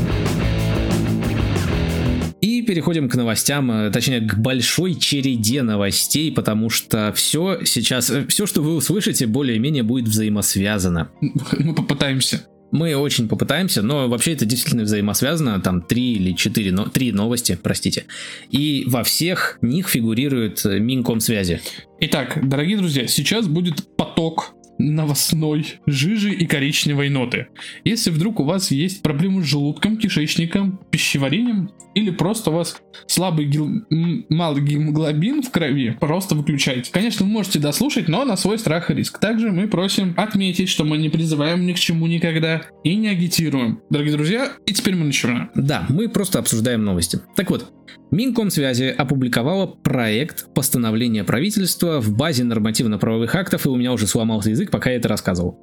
переходим к новостям, точнее, к большой череде новостей, потому что все сейчас, все, что вы услышите, более-менее будет взаимосвязано. Мы попытаемся. Мы очень попытаемся, но вообще это действительно взаимосвязано, там три или четыре, но три новости, простите. И во всех них фигурирует Минкомсвязи. Итак, дорогие друзья, сейчас будет поток новостной жижи и коричневой ноты. Если вдруг у вас есть проблемы с желудком, кишечником, пищеварением, или просто у вас слабый гел... малый гемоглобин в крови, просто выключайте. Конечно, вы можете дослушать, но на свой страх и риск. Также мы просим отметить, что мы не призываем ни к чему никогда и не агитируем. Дорогие друзья, и теперь мы начинаем. Да, мы просто обсуждаем новости. Так вот, Минкомсвязи опубликовала проект постановления правительства в базе нормативно-правовых актов, и у меня уже сломался язык, пока я это рассказывал.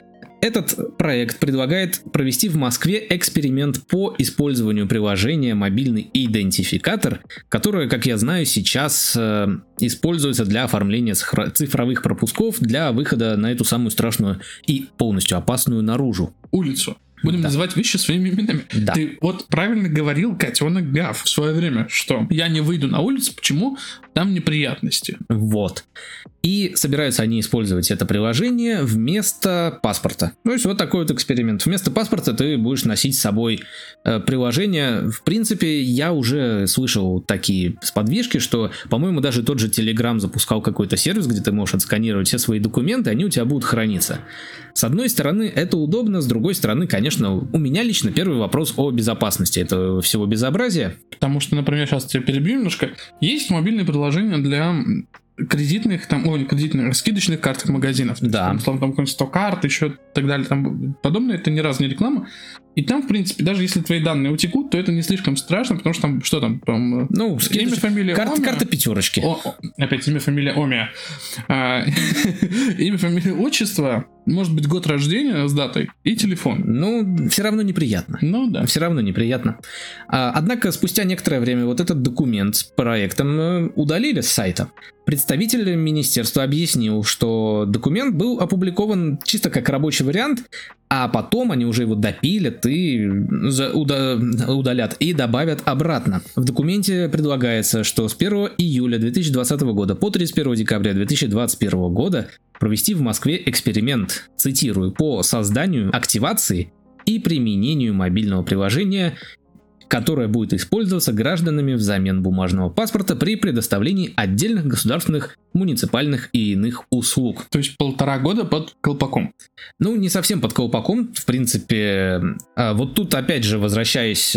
Этот проект предлагает провести в Москве эксперимент по использованию приложения «Мобильный идентификатор», которое, как я знаю, сейчас э, используется для оформления цифровых пропусков для выхода на эту самую страшную и полностью опасную наружу улицу. Будем да. называть вещи своими именами. Да. Ты вот правильно говорил, котенок Гав, в свое время, что я не выйду на улицу, почему? Там неприятности. Вот. И собираются они использовать это приложение вместо паспорта. То есть вот такой вот эксперимент. Вместо паспорта ты будешь носить с собой э, приложение. В принципе, я уже слышал такие сподвижки, что, по-моему, даже тот же Telegram запускал какой-то сервис, где ты можешь отсканировать все свои документы, они у тебя будут храниться. С одной стороны, это удобно, с другой стороны, конечно, у меня лично первый вопрос о безопасности этого всего безобразия. Потому что, например, сейчас тебя перебью немножко. Есть мобильные приложения для кредитных, там, ой, кредитных, скидочных карток магазинов. Да. Там, там, там какой-нибудь сто карт, еще и так далее, там подобное. Это ни разу не реклама. И там, в принципе, даже если твои данные утекут, то это не слишком страшно, потому что там, что там, там ну, имя, фамилия, карта, Омия. карта пятерочки. О, о, опять имя, фамилия, Омия. А, имя, фамилия, отчество, может быть, год рождения с датой и телефон. Ну, все равно неприятно. Ну, да. Все равно неприятно. А, однако, спустя некоторое время вот этот документ с проектом удалили с сайта. Представитель министерства объяснил, что документ был опубликован чисто как рабочий вариант, а потом они уже его допилят и удалят и добавят обратно. В документе предлагается, что с первого июля две тысячи двадцатого года по тридцать первого декабря две тысячи двадцать первого года провести в Москве эксперимент, цитирую, по созданию, активации и применению мобильного приложения, которое будет использоваться гражданами взамен бумажного паспорта при предоставлении отдельных государственных, муниципальных и иных услуг. То есть полтора года под колпаком. Ну, не совсем под колпаком, в принципе. Вот тут, опять же, возвращаясь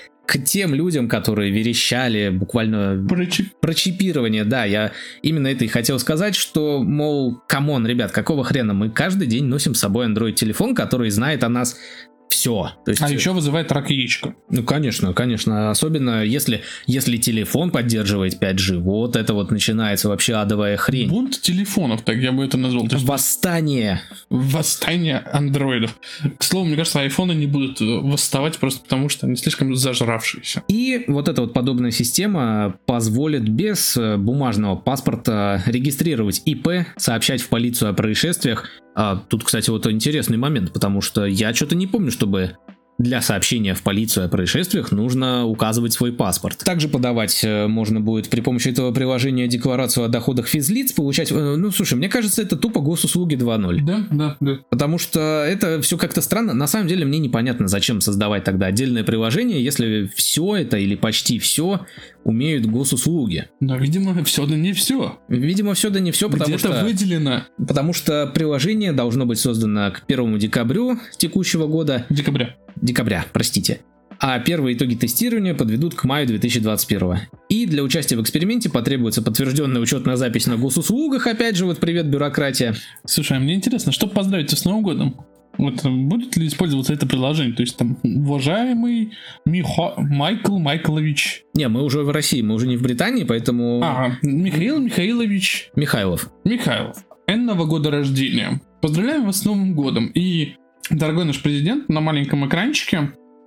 к тем людям, которые верещали буквально про, чип... про чипирование, да, я именно это и хотел сказать, что, мол, камон, ребят, какого хрена, мы каждый день носим с собой Android-телефон, который знает о нас все. То есть, а еще вызывает рак яичка. Ну, конечно, конечно. Особенно если, если телефон поддерживает пять джи. Вот это вот начинается вообще адовая хрень. Бунт телефонов, так я бы это назвал. Восстание. Восстание андроидов. К слову, мне кажется, айфоны не будут восставать просто потому, что они слишком зажравшиеся. И вот эта вот подобная система позволит без бумажного паспорта регистрировать ИП, сообщать в полицию о происшествиях. А тут, кстати, вот интересный момент, потому что я что-то не помню, чтобы для сообщения в полицию о происшествиях нужно указывать свой паспорт. Также подавать можно будет при помощи этого приложения декларацию о доходах физлиц, получать... Ну, слушай, мне кажется, это тупо госуслуги два ноль. Да, да, да. Потому что это все как-то странно. На самом деле мне непонятно, зачем создавать тогда отдельное приложение, если все это или почти все умеют госуслуги. Но, видимо, все да не все. Видимо, все да не все, потому Где-то что... выделено. Потому что приложение должно быть создано к первому декабрю текущего года. Декабря. Декабря, простите. А первые итоги тестирования подведут к маю две тысячи двадцать первого. И для участия в эксперименте потребуется подтвержденная учетная запись на госуслугах. Опять же, вот привет, бюрократия. Слушай, а мне интересно, что поздравить с Новым годом? Вот будет ли использоваться это приложение? То есть там, уважаемый Миха... Майкл Майклович. Не, мы уже в России, мы уже не в Британии, поэтому... Ага, Михаил Михаилович... Михайлов. Михайлов. Энного года рождения. Поздравляем вас с Новым годом. И, дорогой наш президент, на маленьком экранчике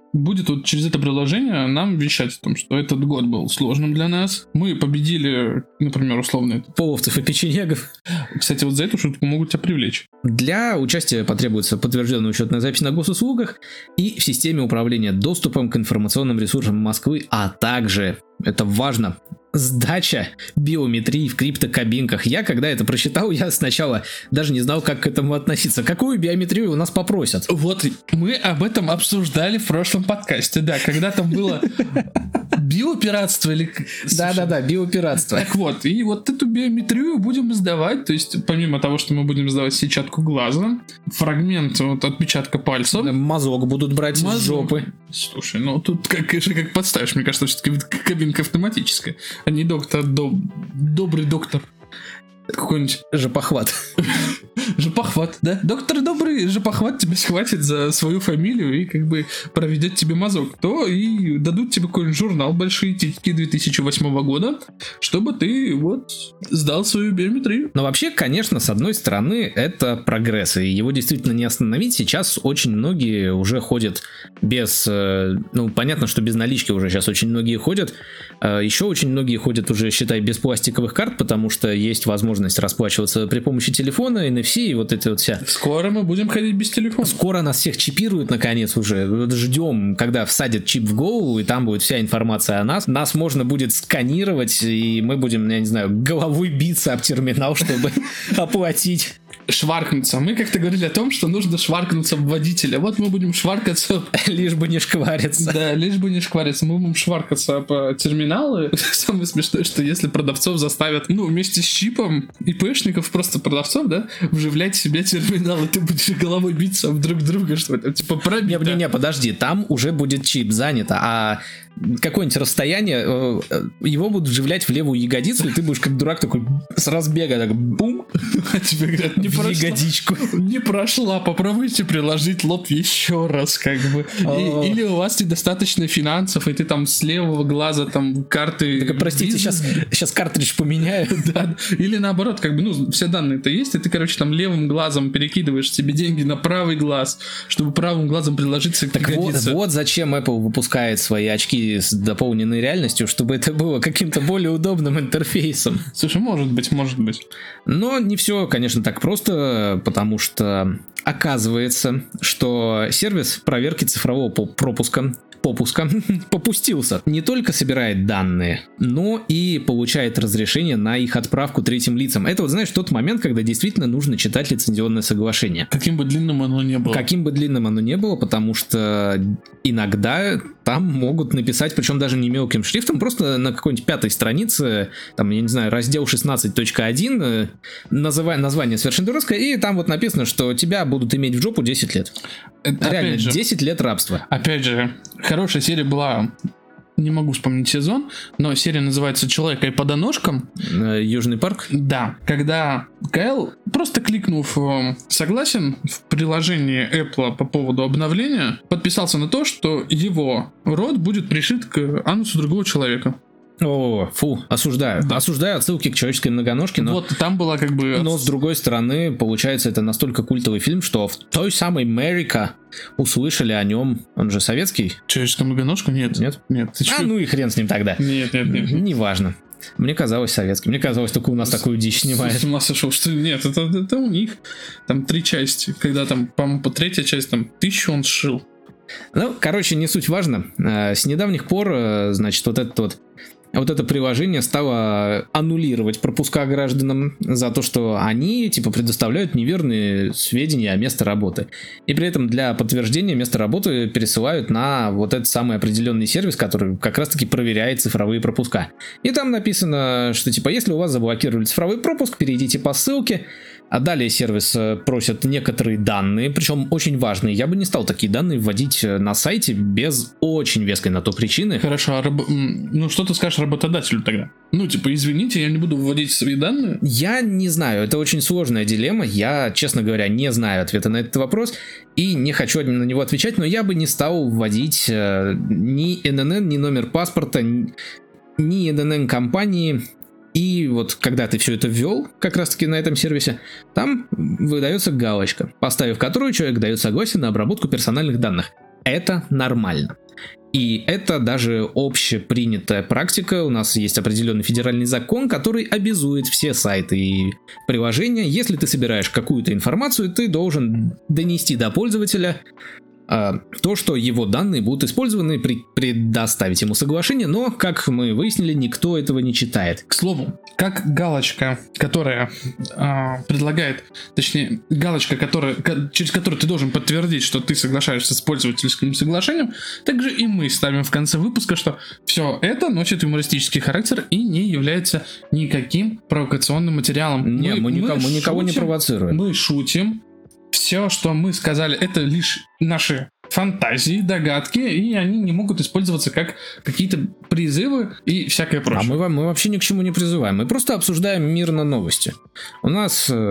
будет вот через это приложение нам вещать о том, что этот год был сложным для нас. Мы победили, например, условно... Половцев и печенегов. Кстати, вот за эту шутку могут тебя привлечь. Для участия потребуется подтвержденная учетная запись на госуслугах и в системе управления доступом к информационным ресурсам Москвы, а также, это важно, сдача биометрии в криптокабинках. Я, когда это прочитал, я сначала даже не знал, как к этому относиться. Какую биометрию у нас попросят? Вот, мы об этом обсуждали в прошлом подкасте, да, когда там было биопиратство или... Да-да-да, биопиратство. Так вот, и вот эту биометрию будем сдавать, то есть помимо того, что мы будем сдавать сетчатку глаза, фрагмент вот, отпечатка пальцев. Мазок будут брать Мазок. из жопы. Слушай, ну тут как, как подставишь, мне кажется, все-таки кабинка автоматическая, а не доктор, доб, добрый доктор. Какой-нибудь... Жопохват. Жопохват, да? Доктор добрый жопохват тебя схватит за свою фамилию и как бы проведет тебе мазок. То и дадут тебе какой-нибудь журнал «Большие титьки» две тысячи восьмого года, чтобы ты вот сдал свою биометрию. Но вообще, конечно, с одной стороны, это прогресс, и его действительно не остановить. Сейчас очень многие уже ходят без... Ну, понятно, что без налички уже сейчас очень многие ходят. Еще очень многие ходят уже, считай, без пластиковых карт, потому что есть возможность расплачиваться при помощи телефона, эн эф си и вот это вот вся. Скоро мы будем ходить без телефона. Скоро нас всех чипируют, наконец, уже. Вот ждем, когда всадят чип в голову, и там будет вся информация о нас. Нас можно будет сканировать, и мы будем, я не знаю, головой биться об терминал, чтобы оплатить. Шваркнуться. Мы как-то говорили о том, что нужно шваркнуться в водителя. Вот мы будем шваркаться... Лишь бы не шквариться. Да, лишь бы не шквариться. Мы будем шваркаться по терминалу. Самое смешное, что если продавцов заставят, ну, вместе с чипом, ИПшников, просто продавцов, да, вживлять в себя терминал, и ты будешь головой биться об друг друга, что это, типа, пробито. Не-не-не, подожди, там уже будет чип занято, а какое-нибудь расстояние, его будут вживлять в левую ягодицу, и ты будешь как дурак такой с разбега, так бум, а тебе говорят, не прошла, ягодичку. Не прошла, попробуйте приложить лоб еще раз, как бы. И, или у вас недостаточно финансов, и ты там с левого глаза там карты... Так, простите, сейчас, сейчас картридж поменяю. Да. Или наоборот, как бы, ну, все данные-то есть, и ты, короче, там левым глазом перекидываешь себе деньги на правый глаз, чтобы правым глазом приложиться к так ягодице. Вот, вот зачем Apple выпускает свои очки с дополненной реальностью, чтобы это было каким-то более удобным интерфейсом. Слушай, может быть, может быть. Но не все, конечно, так просто, потому что оказывается, что сервис проверки цифрового пропуска попуска попустился. Не только собирает данные, но и получает разрешение на их отправку третьим лицам. Это вот, знаешь, тот момент, когда действительно нужно читать лицензионное соглашение. Каким бы длинным оно ни было. Каким бы длинным оно ни было, потому что иногда там могут написать, причем даже не мелким шрифтом, просто на какой-нибудь пятой странице, там, я не знаю, раздел шестнадцать точка один, называ... название совершенно дурацкое, и там вот написано, что тебя будут иметь в жопу десять лет. Это, реально, же, десять лет рабства. Опять же, хорошая серия была, не могу вспомнить сезон, но серия называется «Человек и подоножком». Южный парк? Да, когда Кайл, просто кликнув «Согласен» в приложении Apple по поводу обновления, подписался на то, что его рот будет пришит к анусу другого человека. О, фу, осуждаю. Да. Осуждаю отсылки к человеческой многоножке, но... Вот, там была как бы... Но, с другой стороны, получается, это настолько культовый фильм, что в той самой Америке услышали о нем. Он же советский? Человеческая многоножка? Нет. Нет? Нет. А, ну и хрен с ним тогда. Нет, нет, нет. Неважно. Мне казалось советский. Мне казалось, только у нас с, такую дичь снимают. С ума сошел, что нет, это, это у них. Там три части. Когда там, по-моему, по третья часть, там тысячу он сшил. Ну, короче, не суть важно. С недавних пор, значит, вот этот вот Вот это приложение стало аннулировать пропуска гражданам за то, что они типа предоставляют неверные сведения о месте работы. И при этом для подтверждения места работы пересылают на вот этот самый определенный сервис, который как раз таки проверяет цифровые пропуска. И там написано, что типа если у вас заблокировали цифровой пропуск, перейдите по ссылке. А далее сервис просит некоторые данные, причем очень важные. Я бы не стал такие данные вводить на сайте без очень веской на то причины. Хорошо, а раб... ну что ты скажешь работодателю тогда? Ну типа, извините, я не буду вводить свои данные? Я не знаю, это очень сложная дилемма. Я, честно говоря, не знаю ответа на этот вопрос и не хочу на него отвечать, но я бы не стал вводить э, ни эн эн эн, ни номер паспорта, ни, ни эн эн эн компании. И вот когда ты все это ввел, как раз таки на этом сервисе, там выдается галочка, поставив которую человек дает согласие на обработку персональных данных. Это нормально. И это даже общепринятая практика. У нас есть определенный федеральный закон, который обязует все сайты и приложения. Если ты собираешь какую-то информацию, ты должен донести до пользователя э, то, что его данные будут использованы, при, предоставить ему соглашение, но, как мы выяснили, никто этого не читает. К слову, как галочка, которая э, предлагает, точнее, галочка, которая, через которую ты должен подтвердить, что ты соглашаешься с пользовательским соглашением, также и мы ставим в конце выпуска, что все это носит юмористический характер и не является никаким провокационным материалом. Не, мы, мы, никого, мы никого не провоцируем. Мы шутим. Все, что мы сказали, это лишь наши фантазии, догадки, и они не могут использоваться как какие-то призывы и всякое прочее. А мы, мы вообще ни к чему не призываем, мы просто обсуждаем мирно новости. У нас э,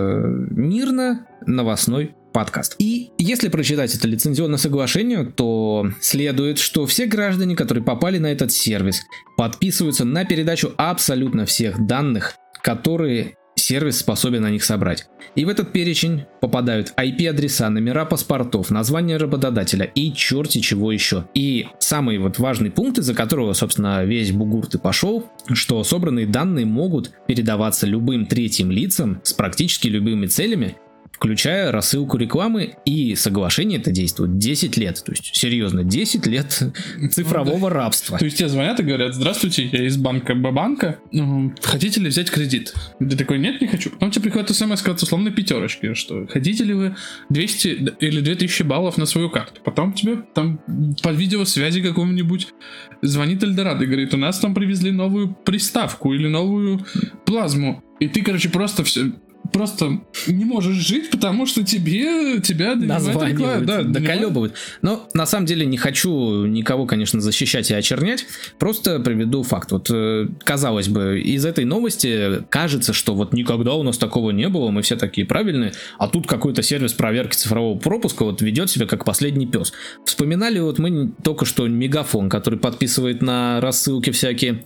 мирно новостной подкаст. И если прочитать это лицензионное соглашение, то следует, что все граждане, которые попали на этот сервис, подписываются на передачу абсолютно всех данных, которые сервис способен на них собрать. И в этот перечень попадают ай пи-адреса, номера паспортов, название работодателя и черти чего еще. И самый вот важный пункт, из-за которого, собственно, весь бугурт и пошел, что собранные данные могут передаваться любым третьим лицам с практически любыми целями, включая рассылку рекламы, и соглашение это действует десять лет. То есть, серьезно, десять лет цифрового рабства. То есть тебе звонят и говорят: здравствуйте, я из банка Бабанка, хотите ли взять кредит? Ты такой: нет, не хочу. Потом тебе приходит смс от условной пятерочки, что хотите ли вы двести или две тысячи баллов на свою карту. Потом тебе там по видеосвязи какому-нибудь звонит Эльдорадо и говорит: у нас там привезли новую приставку или новую плазму. И ты, короче, просто все... Просто не можешь жить, потому что тебе тебя названивают, да, доколебывают. Но на самом деле не хочу никого, конечно, защищать и очернять. Просто приведу факт. Вот, казалось бы, из этой новости кажется, что вот никогда у нас такого не было, мы все такие правильные, а тут какой-то сервис проверки цифрового пропуска вот ведет себя как последний пес. Вспоминали вот мы только что Мегафон, который подписывает на рассылки всякие.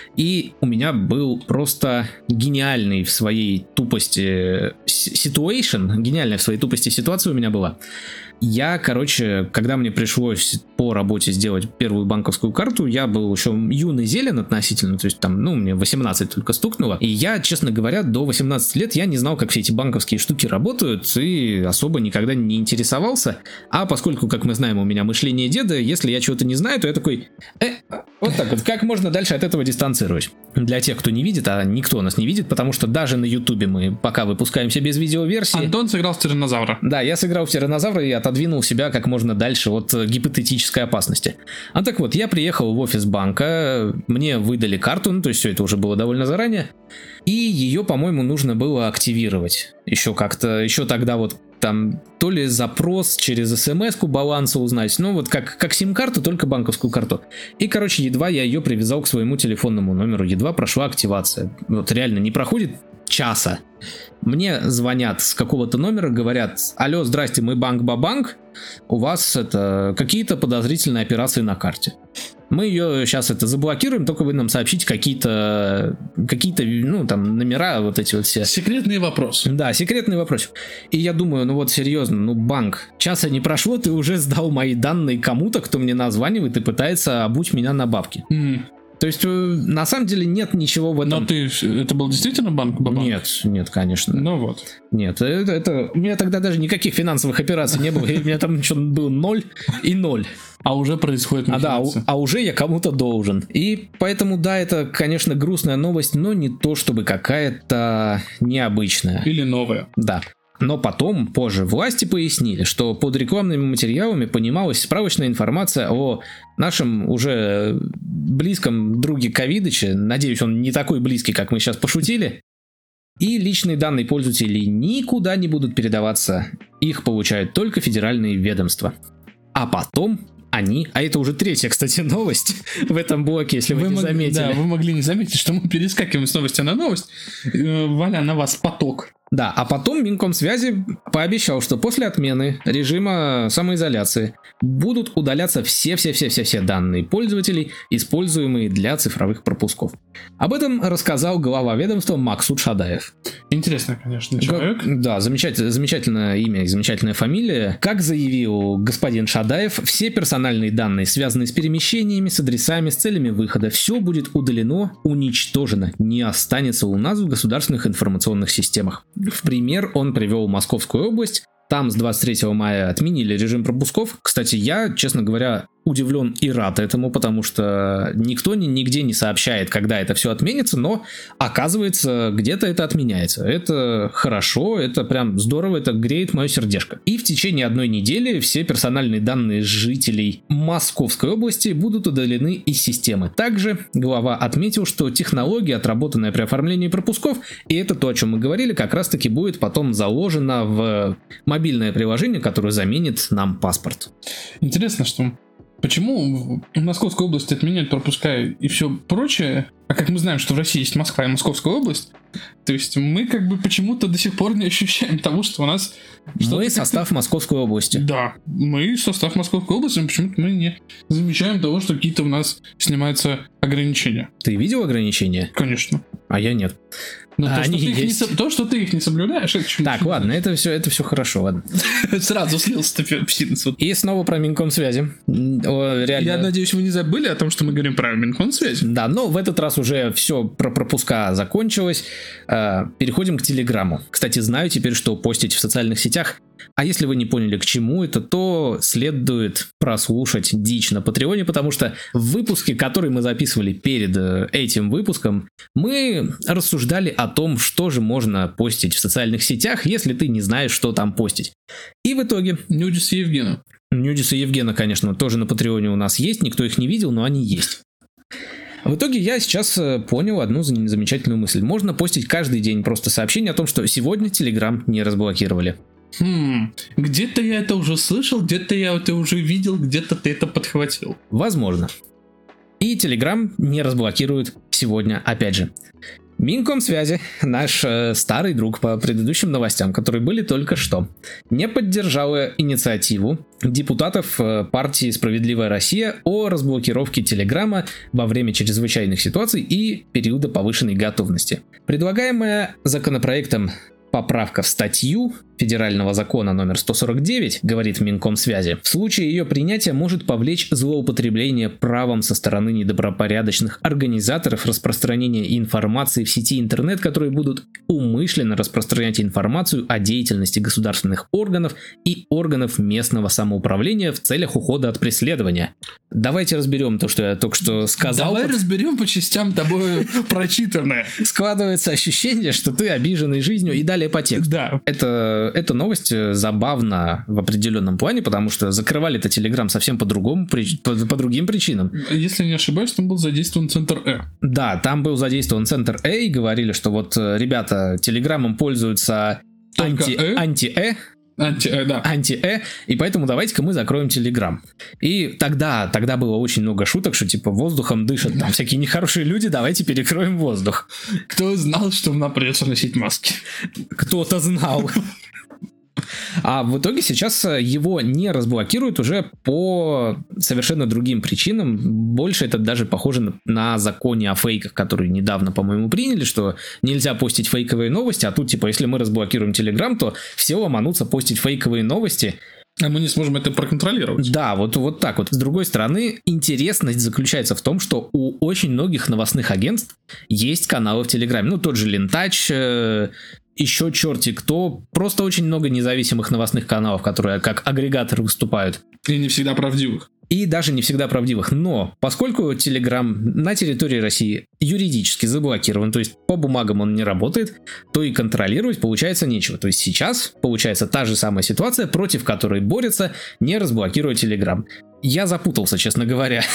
И у меня был просто гениальный в своей тупости situation, гениальная в своей тупости ситуация у меня была. Я, короче, когда мне пришлось по работе сделать первую банковскую карту, я был еще юный зелен относительно, то есть там, ну, мне восемнадцать только стукнуло, и я, честно говоря, до восемнадцати лет я не знал, как все эти банковские штуки работают, и особо никогда не интересовался, а поскольку, как мы знаем, у меня мышление деда, если я чего-то не знаю, то я такой, э, вот так вот, как можно дальше от этого дистанцировать? Для тех, кто не видит, а никто нас не видит, потому что даже на ютубе мы пока выпускаемся без видеоверсии. Антон сыграл в тираннозавра. Да, я сыграл в тираннозавра и отодвинул себя как можно дальше от гипотетической опасности. А так вот, я приехал в офис банка, мне выдали карту, ну то есть все это уже было довольно заранее, и ее, по-моему, нужно было активировать. Еще как-то, еще тогда вот там то ли запрос через смс-ку баланса узнать, ну вот как, как сим-карту, только банковскую карту. И, короче, едва я ее привязал к своему телефонному номеру, едва прошла активация. Вот реально не проходит часа. Мне звонят с какого-то номера, говорят: алло, здрасте, мы банк Бабанк, у вас это какие-то подозрительные операции на карте. Мы ее сейчас это заблокируем, только вы нам сообщите какие-то, какие-то, ну, там, номера, вот эти вот все. Секретные вопросы. Да, секретный вопрос. И я думаю, ну вот серьезно, ну банк, часа не прошло, ты уже сдал мои данные кому-то, кто мне названивает и пытается обуть меня на бабки. Mm. То есть, на самом деле, нет ничего в этом. Но ты, это был действительно банк Бабанк? Нет, нет, конечно. Ну вот. Нет, это, это, у меня тогда даже никаких финансовых операций не было, у меня там что-то было ноль и ноль. А уже происходит махинация. А да, а уже я кому-то должен. И поэтому, да, это, конечно, грустная новость, но не то, чтобы какая-то необычная. Или новая. Да. Но потом, позже, власти пояснили, что под рекламными материалами понималась справочная информация о нашем уже близком друге Ковидыче. Надеюсь, он не такой близкий, как мы сейчас пошутили. И личные данные пользователей никуда не будут передаваться. Их получают только федеральные ведомства. А потом они, а это уже третья, кстати, новость в этом блоке, если вы, вы не мог, заметили. Да, вы могли не заметить, что мы перескакиваем с новости на новость, валя на вас поток. Да, а потом Минкомсвязи пообещал, что после отмены режима самоизоляции будут удаляться все-все-все-все-все данные пользователей, используемые для цифровых пропусков. Об этом рассказал глава ведомства Максут Шадаев. Интересно, конечно, человек. Да, замечательное, замечательное имя и замечательная фамилия. Как заявил господин Шадаев, все персональные данные, связанные с перемещениями, с адресами, с целями выхода, все будет удалено, уничтожено, не останется у нас в государственных информационных системах. В пример он привел Московскую область. Там с двадцать третьего мая отменили режим пропусков. Кстати, я, честно говоря, удивлен и рад этому, потому что никто ни, нигде не сообщает, когда это все отменится, но оказывается, где-то это отменяется. Это хорошо, это прям здорово, это греет мое сердечко. И в течение одной недели все персональные данные жителей Московской области будут удалены из системы. Также глава отметил, что технология, отработанная при оформлении пропусков, и это то, о чем мы говорили, как раз таки будет потом заложена в мобильное приложение, которое заменит нам паспорт. Интересно, что почему в Московской области отменяют пропуска и все прочее, а как мы знаем, что в России есть Москва и Московская область, то есть мы как бы почему-то до сих пор не ощущаем того, что у нас... Мы состав Московской области. Да, мы состав Московской области, но почему-то мы не замечаем того, что какие-то у нас снимаются ограничения. Ты видел ограничения? Конечно. А я нет. Но а то, что они ты есть. не, то, что ты их не соблюдаешь, это Так, ладно, это все, это все хорошо, ладно. Сразу слился псинус. И снова про Минкомсвязи. О, реально... Я надеюсь, вы не забыли о том, что мы говорим про Минкомсвязи. Да, но в этот раз уже все про пропуска закончилось. Переходим к Телеграму. Кстати, знаю теперь, что постить в социальных сетях. А если вы не поняли, к чему это, то следует прослушать дичь на Патреоне, потому что в выпуске, который мы записывали перед этим выпуском, мы рассуждали о том, что же можно постить в социальных сетях, если ты не знаешь, что там постить. И в итоге... Нюдисы Евгена. Нюдисы Евгена, конечно, тоже на Патреоне у нас есть, никто их не видел, но они есть. В итоге я сейчас понял одну замечательную мысль. Можно постить каждый день просто сообщение о том, что сегодня Telegram не разблокировали. Хм, где-то я это уже слышал, где-то я это уже видел, где-то ты это подхватил. Возможно. И Telegram не разблокируют сегодня, опять же. Минкомсвязи, наш э, старый друг по предыдущим новостям, которые были только что, не поддержала инициативу депутатов э, партии «Справедливая Россия» о разблокировке Телеграма во время чрезвычайных ситуаций и периода повышенной готовности. Предлагаемая законопроектом поправка в статью федерального закона номер сто сорок девять, говорит Минкомсвязи, в случае ее принятия может повлечь злоупотребление правом со стороны недобропорядочных организаторов распространения информации в сети интернет, которые будут умышленно распространять информацию о деятельности государственных органов и органов местного самоуправления в целях ухода от преследования. Давайте разберем то, что я только что сказал. Давай разберем по частям тобой прочитанное. Складывается ощущение, что ты обиженный жизнью, и далее по тексту. Да. Это Эта новость забавна в определенном плане, потому что закрывали это Telegram совсем по другому, по, по другим причинам. Если не ошибаюсь, там был задействован центр Э. Да, там был задействован центр Э, и говорили, что вот ребята Телеграмом пользуются анти, Э? анти-Э, Анти-Э, да. анти-Э, и поэтому давайте-ка мы закроем Телеграм. И тогда, тогда было очень много шуток, что типа воздухом дышат там всякие нехорошие люди, давайте перекроем воздух. Кто знал, что нам придется носить маски? Кто-то знал. А в итоге сейчас его не разблокируют уже по совершенно другим причинам. Больше это даже похоже на, на законе о фейках, которые недавно, по-моему, приняли, что нельзя постить фейковые новости, а тут, типа, если мы разблокируем Telegram, то все ломанутся постить фейковые новости. А мы не сможем это проконтролировать. Да, вот, вот так вот. С другой стороны, интересность заключается в том, что у очень многих новостных агентств есть каналы в Телеграме. Ну, тот же Лентач, э, еще черти кто. Просто очень много независимых новостных каналов, которые как агрегаторы выступают. И не всегда правдивых. И даже не всегда правдивых. Но поскольку Telegram на территории России юридически заблокирован, то есть по бумагам он не работает, то и контролировать получается нечего. То есть сейчас получается та же самая ситуация, против которой борется, не разблокируя Telegram. Я запутался, честно говоря.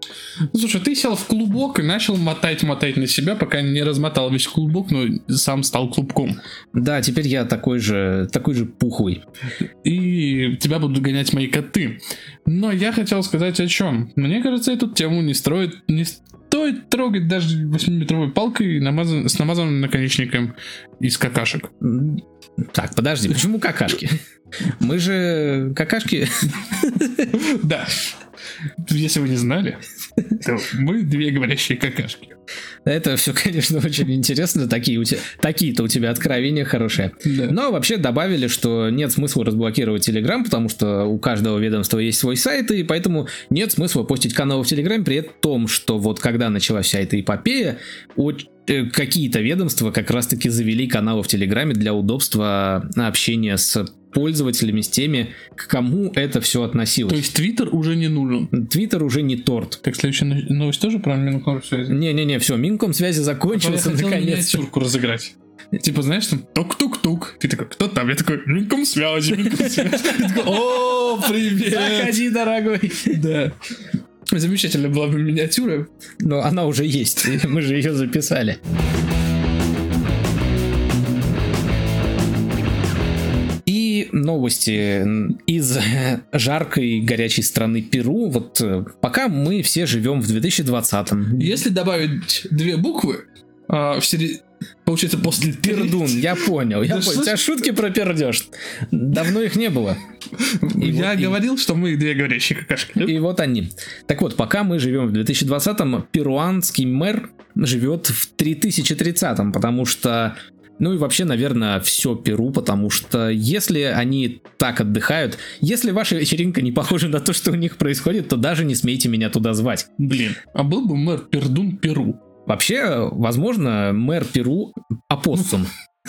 Слушай, ты сел в клубок и начал мотать-мотать на себя, пока не размотал весь клубок, но сам стал клубком. Да, теперь я такой же, такой же пухлый. И тебя будут гонять мои коты. Но я хотел сказать о чем. Мне кажется, эту тему не строит, не стоит трогать даже восьмиметровой палкой намазан, с намазанным наконечником из какашек. Так, подожди, почему какашки? Мы же какашки... Да. Если вы не знали, то мы две говорящие какашки. Это все, конечно, очень интересно. Такие у тебя, такие-то у тебя откровения хорошие. Да. Но вообще добавили, что нет смысла разблокировать Telegram, потому что у каждого ведомства есть свой сайт, и поэтому нет смысла постить каналы в Telegram, при том, что вот когда началась вся эта эпопея, какие-то ведомства как раз-таки завели каналы в Телеграме для удобства общения с пользователями, с теми, к кому это все относилось. То есть Твиттер уже не нужен? Твиттер уже не торт. Так, следующая новость тоже про Минкомсвязи? Не-не-не, все, Минкомсвязи закончился, наконец-то. Я хотел наконец-то. миниатюрку разыграть. Типа, знаешь, там тук-тук-тук. Ты такой, кто там? Я такой, Минкомсвязи, Минкомсвязи. О, привет! Заходи, дорогой. Да. Замечательная была бы миниатюра. Но она уже есть, мы же ее записали. И новости из жаркой горячей страны Перу. Вот пока мы все живем в две тысячи двадцатом. Если добавить две буквы, а, в середине... Получается, после пердун, я понял. Я Да понял. что У тебя ж- шутки про пердеж. Давно их не было. И Я вот- и- говорил, что мы две говорящие какашки. И вот они. Так вот, пока мы живем в две тысячи двадцатом, перуанский мэр живет в три тысячи тридцатом, потому что, ну и вообще, наверное, все Перу, потому что если они так отдыхают, если ваша вечеринка не похожа на то, что у них происходит, то даже не смейте меня туда звать. Блин, а был бы мэр Пердун Перу. Вообще, возможно, мэр Перу опоссум.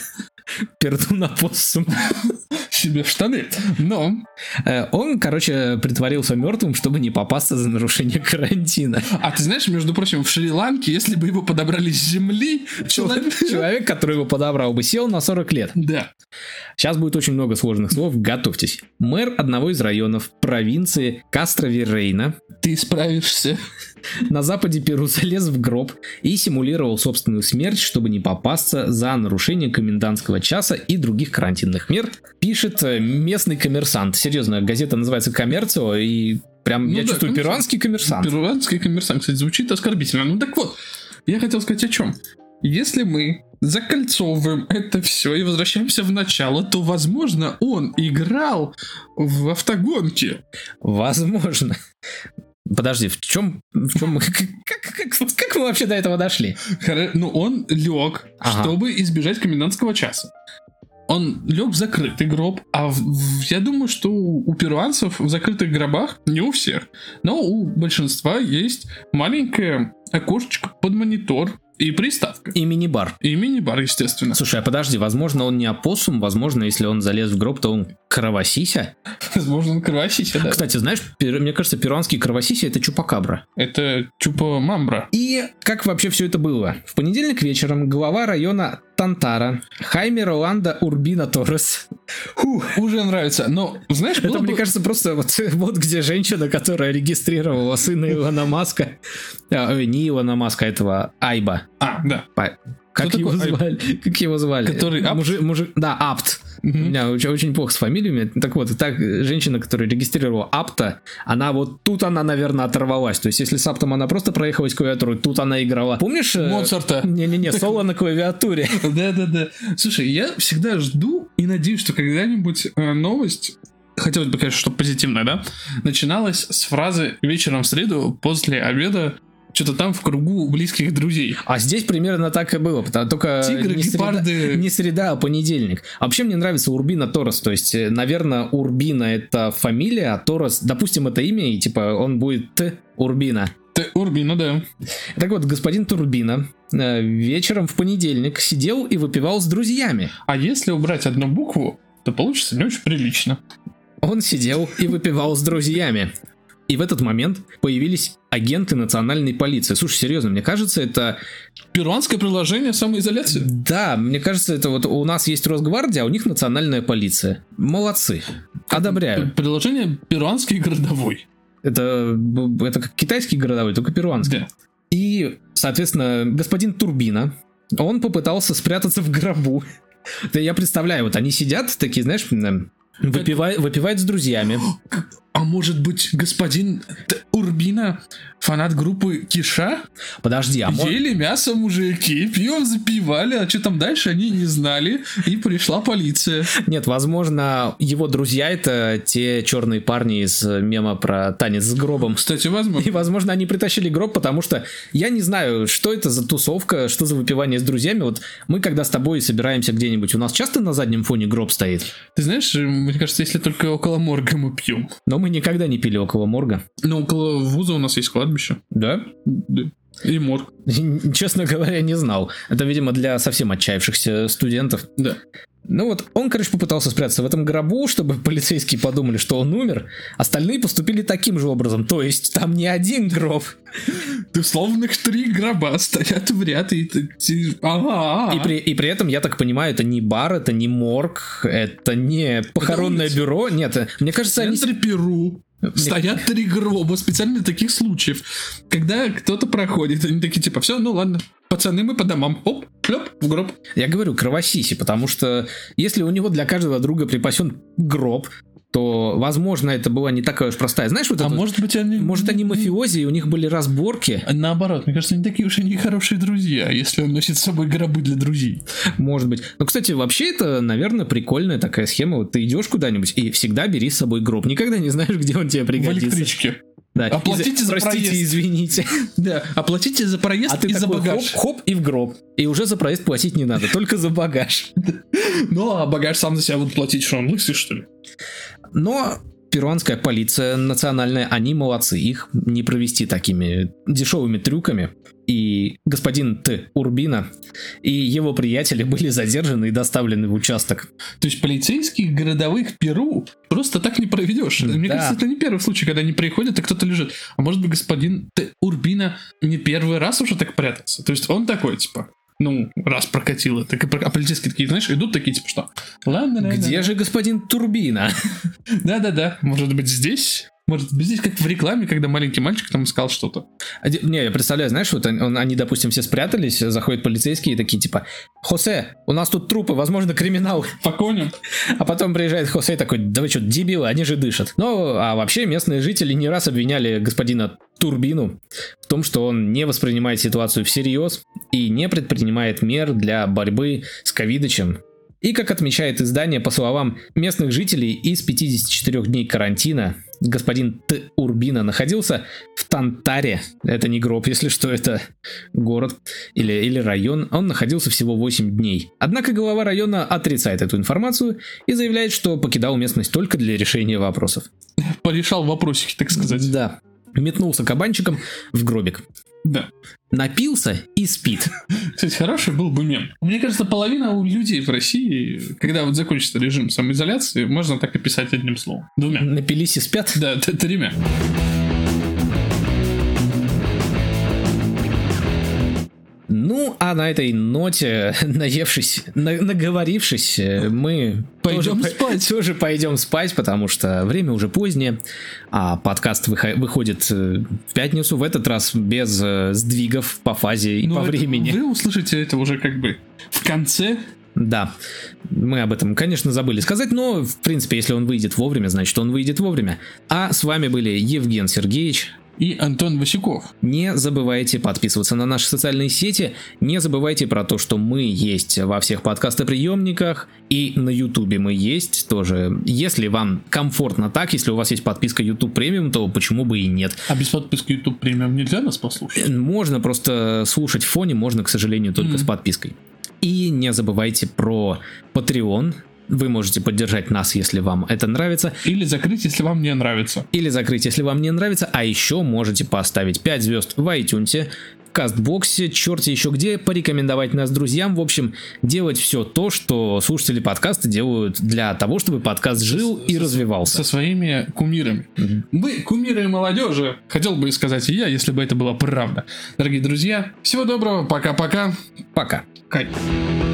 Пердун опоссум. Себе в штаны. Но, Э, Он, короче, притворился мертвым, чтобы не попасться за нарушение карантина. а ты знаешь, между прочим, в Шри-Ланке, если бы его подобрали с земли, человек... Человек, который его подобрал бы, сел на сорок лет. Да. Сейчас будет очень много сложных слов, готовьтесь. Мэр одного из районов провинции Кастро-Виррейна Ты справишься. на западе Перу залез в гроб и симулировал собственную смерть, чтобы не попасться за нарушение комендантского часа и других карантинных мер, пишет э, местный коммерсант. Серьезно, газета называется «Коммерцио», и прям Ну я да, чувствую коммерсант. перуанский коммерсант. Перуанский коммерсант, кстати, звучит оскорбительно. Ну так вот, я хотел сказать о чем. Если мы закольцовываем это все и возвращаемся в начало, то, возможно, он играл в автогонки. Возможно. Подожди, в чем, в чем мы, как, как, как, как мы вообще до этого дошли? Хоро- Ну, он лег, Ага. чтобы избежать комендантского часа. Он лег в закрытый гроб, а в- в- я думаю, что у, у перуанцев в закрытых гробах, не у всех, но у большинства есть маленькое окошечко под монитор и приставка. И мини-бар. И мини-бар, естественно. Слушай, а подожди, возможно, он не опоссум, возможно, если он залез в гроб, то он кровосися. Возможно, он кровосися, да. Кстати, знаешь, пер- мне кажется, перуанский кровосися — это чупакабра. Это чупа мамбра. И как вообще все это было? В понедельник вечером глава района Тантара Хайме Роланда Урбина Торрес. Фу, уже нравится. Но, знаешь, Это, было мне бы- кажется, просто вот, вот где женщина, которая регистрировала сына Илона Маска. А, ой, не Илона Маска, этого Айба. А, да. Па- Как Кто его такой Айб? звали? Как его звали? Который Апт? Мужи- мужик- Да, Апт. У Мгм. меня очень, очень плохо с фамилиями. Так вот, и так женщина, которая регистрировала Апта, она вот тут она, наверное, оторвалась. То есть, если с Аптом она просто проехалась клавиатурой, тут она играла. Помнишь? э, Моцарта. Не-не-не, соло на клавиатуре. Да-да-да. Слушай, я всегда жду и надеюсь, что когда-нибудь э, новость, хотелось бы, конечно, чтобы позитивная, да, начиналась с фразы «вечером в среду после обеда что-то там в кругу близких друзей». А здесь примерно так и было, потому только Тигры, не, среда, гепарды. не среда, а понедельник. А вообще мне нравится Урбина Торрес, то есть, э, наверное, Урбина это фамилия, а Торрес, допустим, это имя, и типа он будет Т. Урбина. Ты Урбина, да. Так вот, господин Турбина э, вечером в понедельник сидел и выпивал с друзьями. А если убрать одну букву, то получится не очень прилично. Он сидел и выпивал с друзьями. И в этот момент появились агенты национальной полиции. Слушай, серьезно, мне кажется, это... Перуанское приложение самоизоляции. Да, мне кажется, это вот у нас есть Росгвардия, а у них национальная полиция. Молодцы. Одобряю. Приложение перуанский городовой. Это, это как китайский городовой, только перуанский. Да. И, соответственно, господин Турбина, он попытался спрятаться в гробу. Я представляю, вот они сидят такие, знаешь, выпивают, выпивают с друзьями. А может быть, господин Урбина фанат группы Киша? Подожди, а может... Ели мясо мужики, пьем запивали, а что там дальше они не знали, и пришла полиция. Нет, возможно, его друзья — это те черные парни из мема про танец с гробом. Кстати, возможно. И, возможно, они притащили гроб, потому что я не знаю, что это за тусовка, что за выпивание с друзьями. Вот мы, когда с тобой собираемся где-нибудь, у нас часто на заднем фоне гроб стоит? Ты знаешь, мне кажется, если только около морга мы пьем. Но мы никогда не пили около морга. Но около вуза у нас есть кладбище. Да? Да. И морг. Честно говоря, не знал. Это, видимо, для совсем отчаявшихся студентов. Да. Ну вот, он, короче, попытался спрятаться в этом гробу, чтобы полицейские подумали, что он умер. Остальные поступили таким же образом. То есть, там не один гроб. Ты словно три гроба стоят в ряд, и ты... Ага. И при, и при этом, я так понимаю, это не бар, это не морг, это не похоронное это бюро. Нет, мне кажется, они... В центре Перу стоят три гроба, специально для таких случаев. Когда кто-то проходит, они такие, типа, все, ну ладно, пацаны, мы по домам. Оп, шлеп, в гроб. Я говорю, кровосиси, потому что если у него для каждого друга припасен гроб, то, возможно, это была не такая уж простая. Знаешь, вот а это... может быть, они... Может, они мафиози, и у них были разборки. Наоборот, мне кажется, они такие уж и нехорошие друзья, если он носит с собой гробы для друзей. Может быть. Ну, кстати, вообще это, наверное, прикольная такая схема. Вот ты идешь куда-нибудь и всегда бери с собой гроб. Никогда не знаешь, где он тебе пригодится. В электричке. Да. Оплатите за... за Простите, проезд. извините. Да, оплатите за проезд а ты и за багаж. Хоп, хоп, и в гроб. И уже за проезд платить не надо, только за багаж. Ну, а багаж сам за себя будет платить, что он лысый, что ли? Но... Перуанская полиция национальная, они молодцы, их не провести такими дешевыми трюками. И господин Т. Урбина и его приятели были задержаны и доставлены в участок. То есть полицейских городовых Перу просто так не проведешь. Мне да. кажется, это не первый случай, когда они приходят, и кто-то лежит. А может быть, господин Т. Урбина не первый раз уже так прятался. То есть он такой, типа... Ну, раз прокатило. Так, а полицейские такие, знаешь, идут такие, типа, что? Ладно, ладно. Где же господин Турбина? Да-да-да. Может быть, здесь? Может быть, здесь как в рекламе, когда маленький мальчик там искал что-то. Не, я представляю, знаешь, вот они, они, допустим, все спрятались, заходят полицейские и такие, типа, Хосе, у нас тут трупы, возможно, криминал. По коням. А потом приезжает Хосе и такой, да вы что, дебилы, они же дышат. Ну, а вообще местные жители не раз обвиняли господина Турбину в том, что он не воспринимает ситуацию всерьез и не предпринимает мер для борьбы с ковидычем. И, как отмечает издание, по словам местных жителей, из пятидесяти четырёх дней карантина господин Т. Урбина находился в Тантаре. Это не гроб, если что, это город или, или район. Он находился всего восемь дней. Однако глава района отрицает эту информацию и заявляет, что покидал местность только для решения вопросов. Порешал вопросики, так сказать. Да. Метнулся кабанчиком в гробик. Да. Напился и спит. Кстати, хороший был бы мем. Мне кажется, половина у людей в России, когда вот закончится режим самоизоляции, можно так описать одним словом. Двумя. Напились и спят? Да, тремя. Ну, а на этой ноте, наевшись, на, наговорившись, мы пойдем тоже, спать. тоже пойдем спать, потому что время уже позднее, а подкаст выход, выходит в пятницу, в этот раз без сдвигов по фазе и ну, по это, времени. Вы услышите это уже как бы в конце. Да, мы об этом, конечно, забыли сказать, но, в принципе, если он выйдет вовремя, значит, он выйдет вовремя. А с вами были Евген Сергеевич и Антон Васюков. Не забывайте подписываться на наши социальные сети, не забывайте про то, что мы есть во всех подкастоприемниках, и на Ютубе мы есть тоже. Если вам комфортно так, если у вас есть подписка YouTube Premium, то почему бы и нет. А без подписки YouTube Premium нельзя нас послушать? Можно просто слушать в фоне, можно, к сожалению, только mm-hmm. с подпиской. И не забывайте про Patreon. Вы можете поддержать нас, если вам это нравится. Или закрыть, если вам не нравится. Или закрыть, если вам не нравится. А еще можете поставить пять звезд в iTunes, в Кастбоксе, черти еще где, порекомендовать нас друзьям. В общем, делать все то, что слушатели подкаста делают для того, чтобы подкаст жил и развивался. Со своими кумирами. Mm-hmm. Мы кумиры молодежи. Хотел бы сказать и я, если бы это была правда. Дорогие друзья, всего доброго. Пока-пока. Пока. Кайф.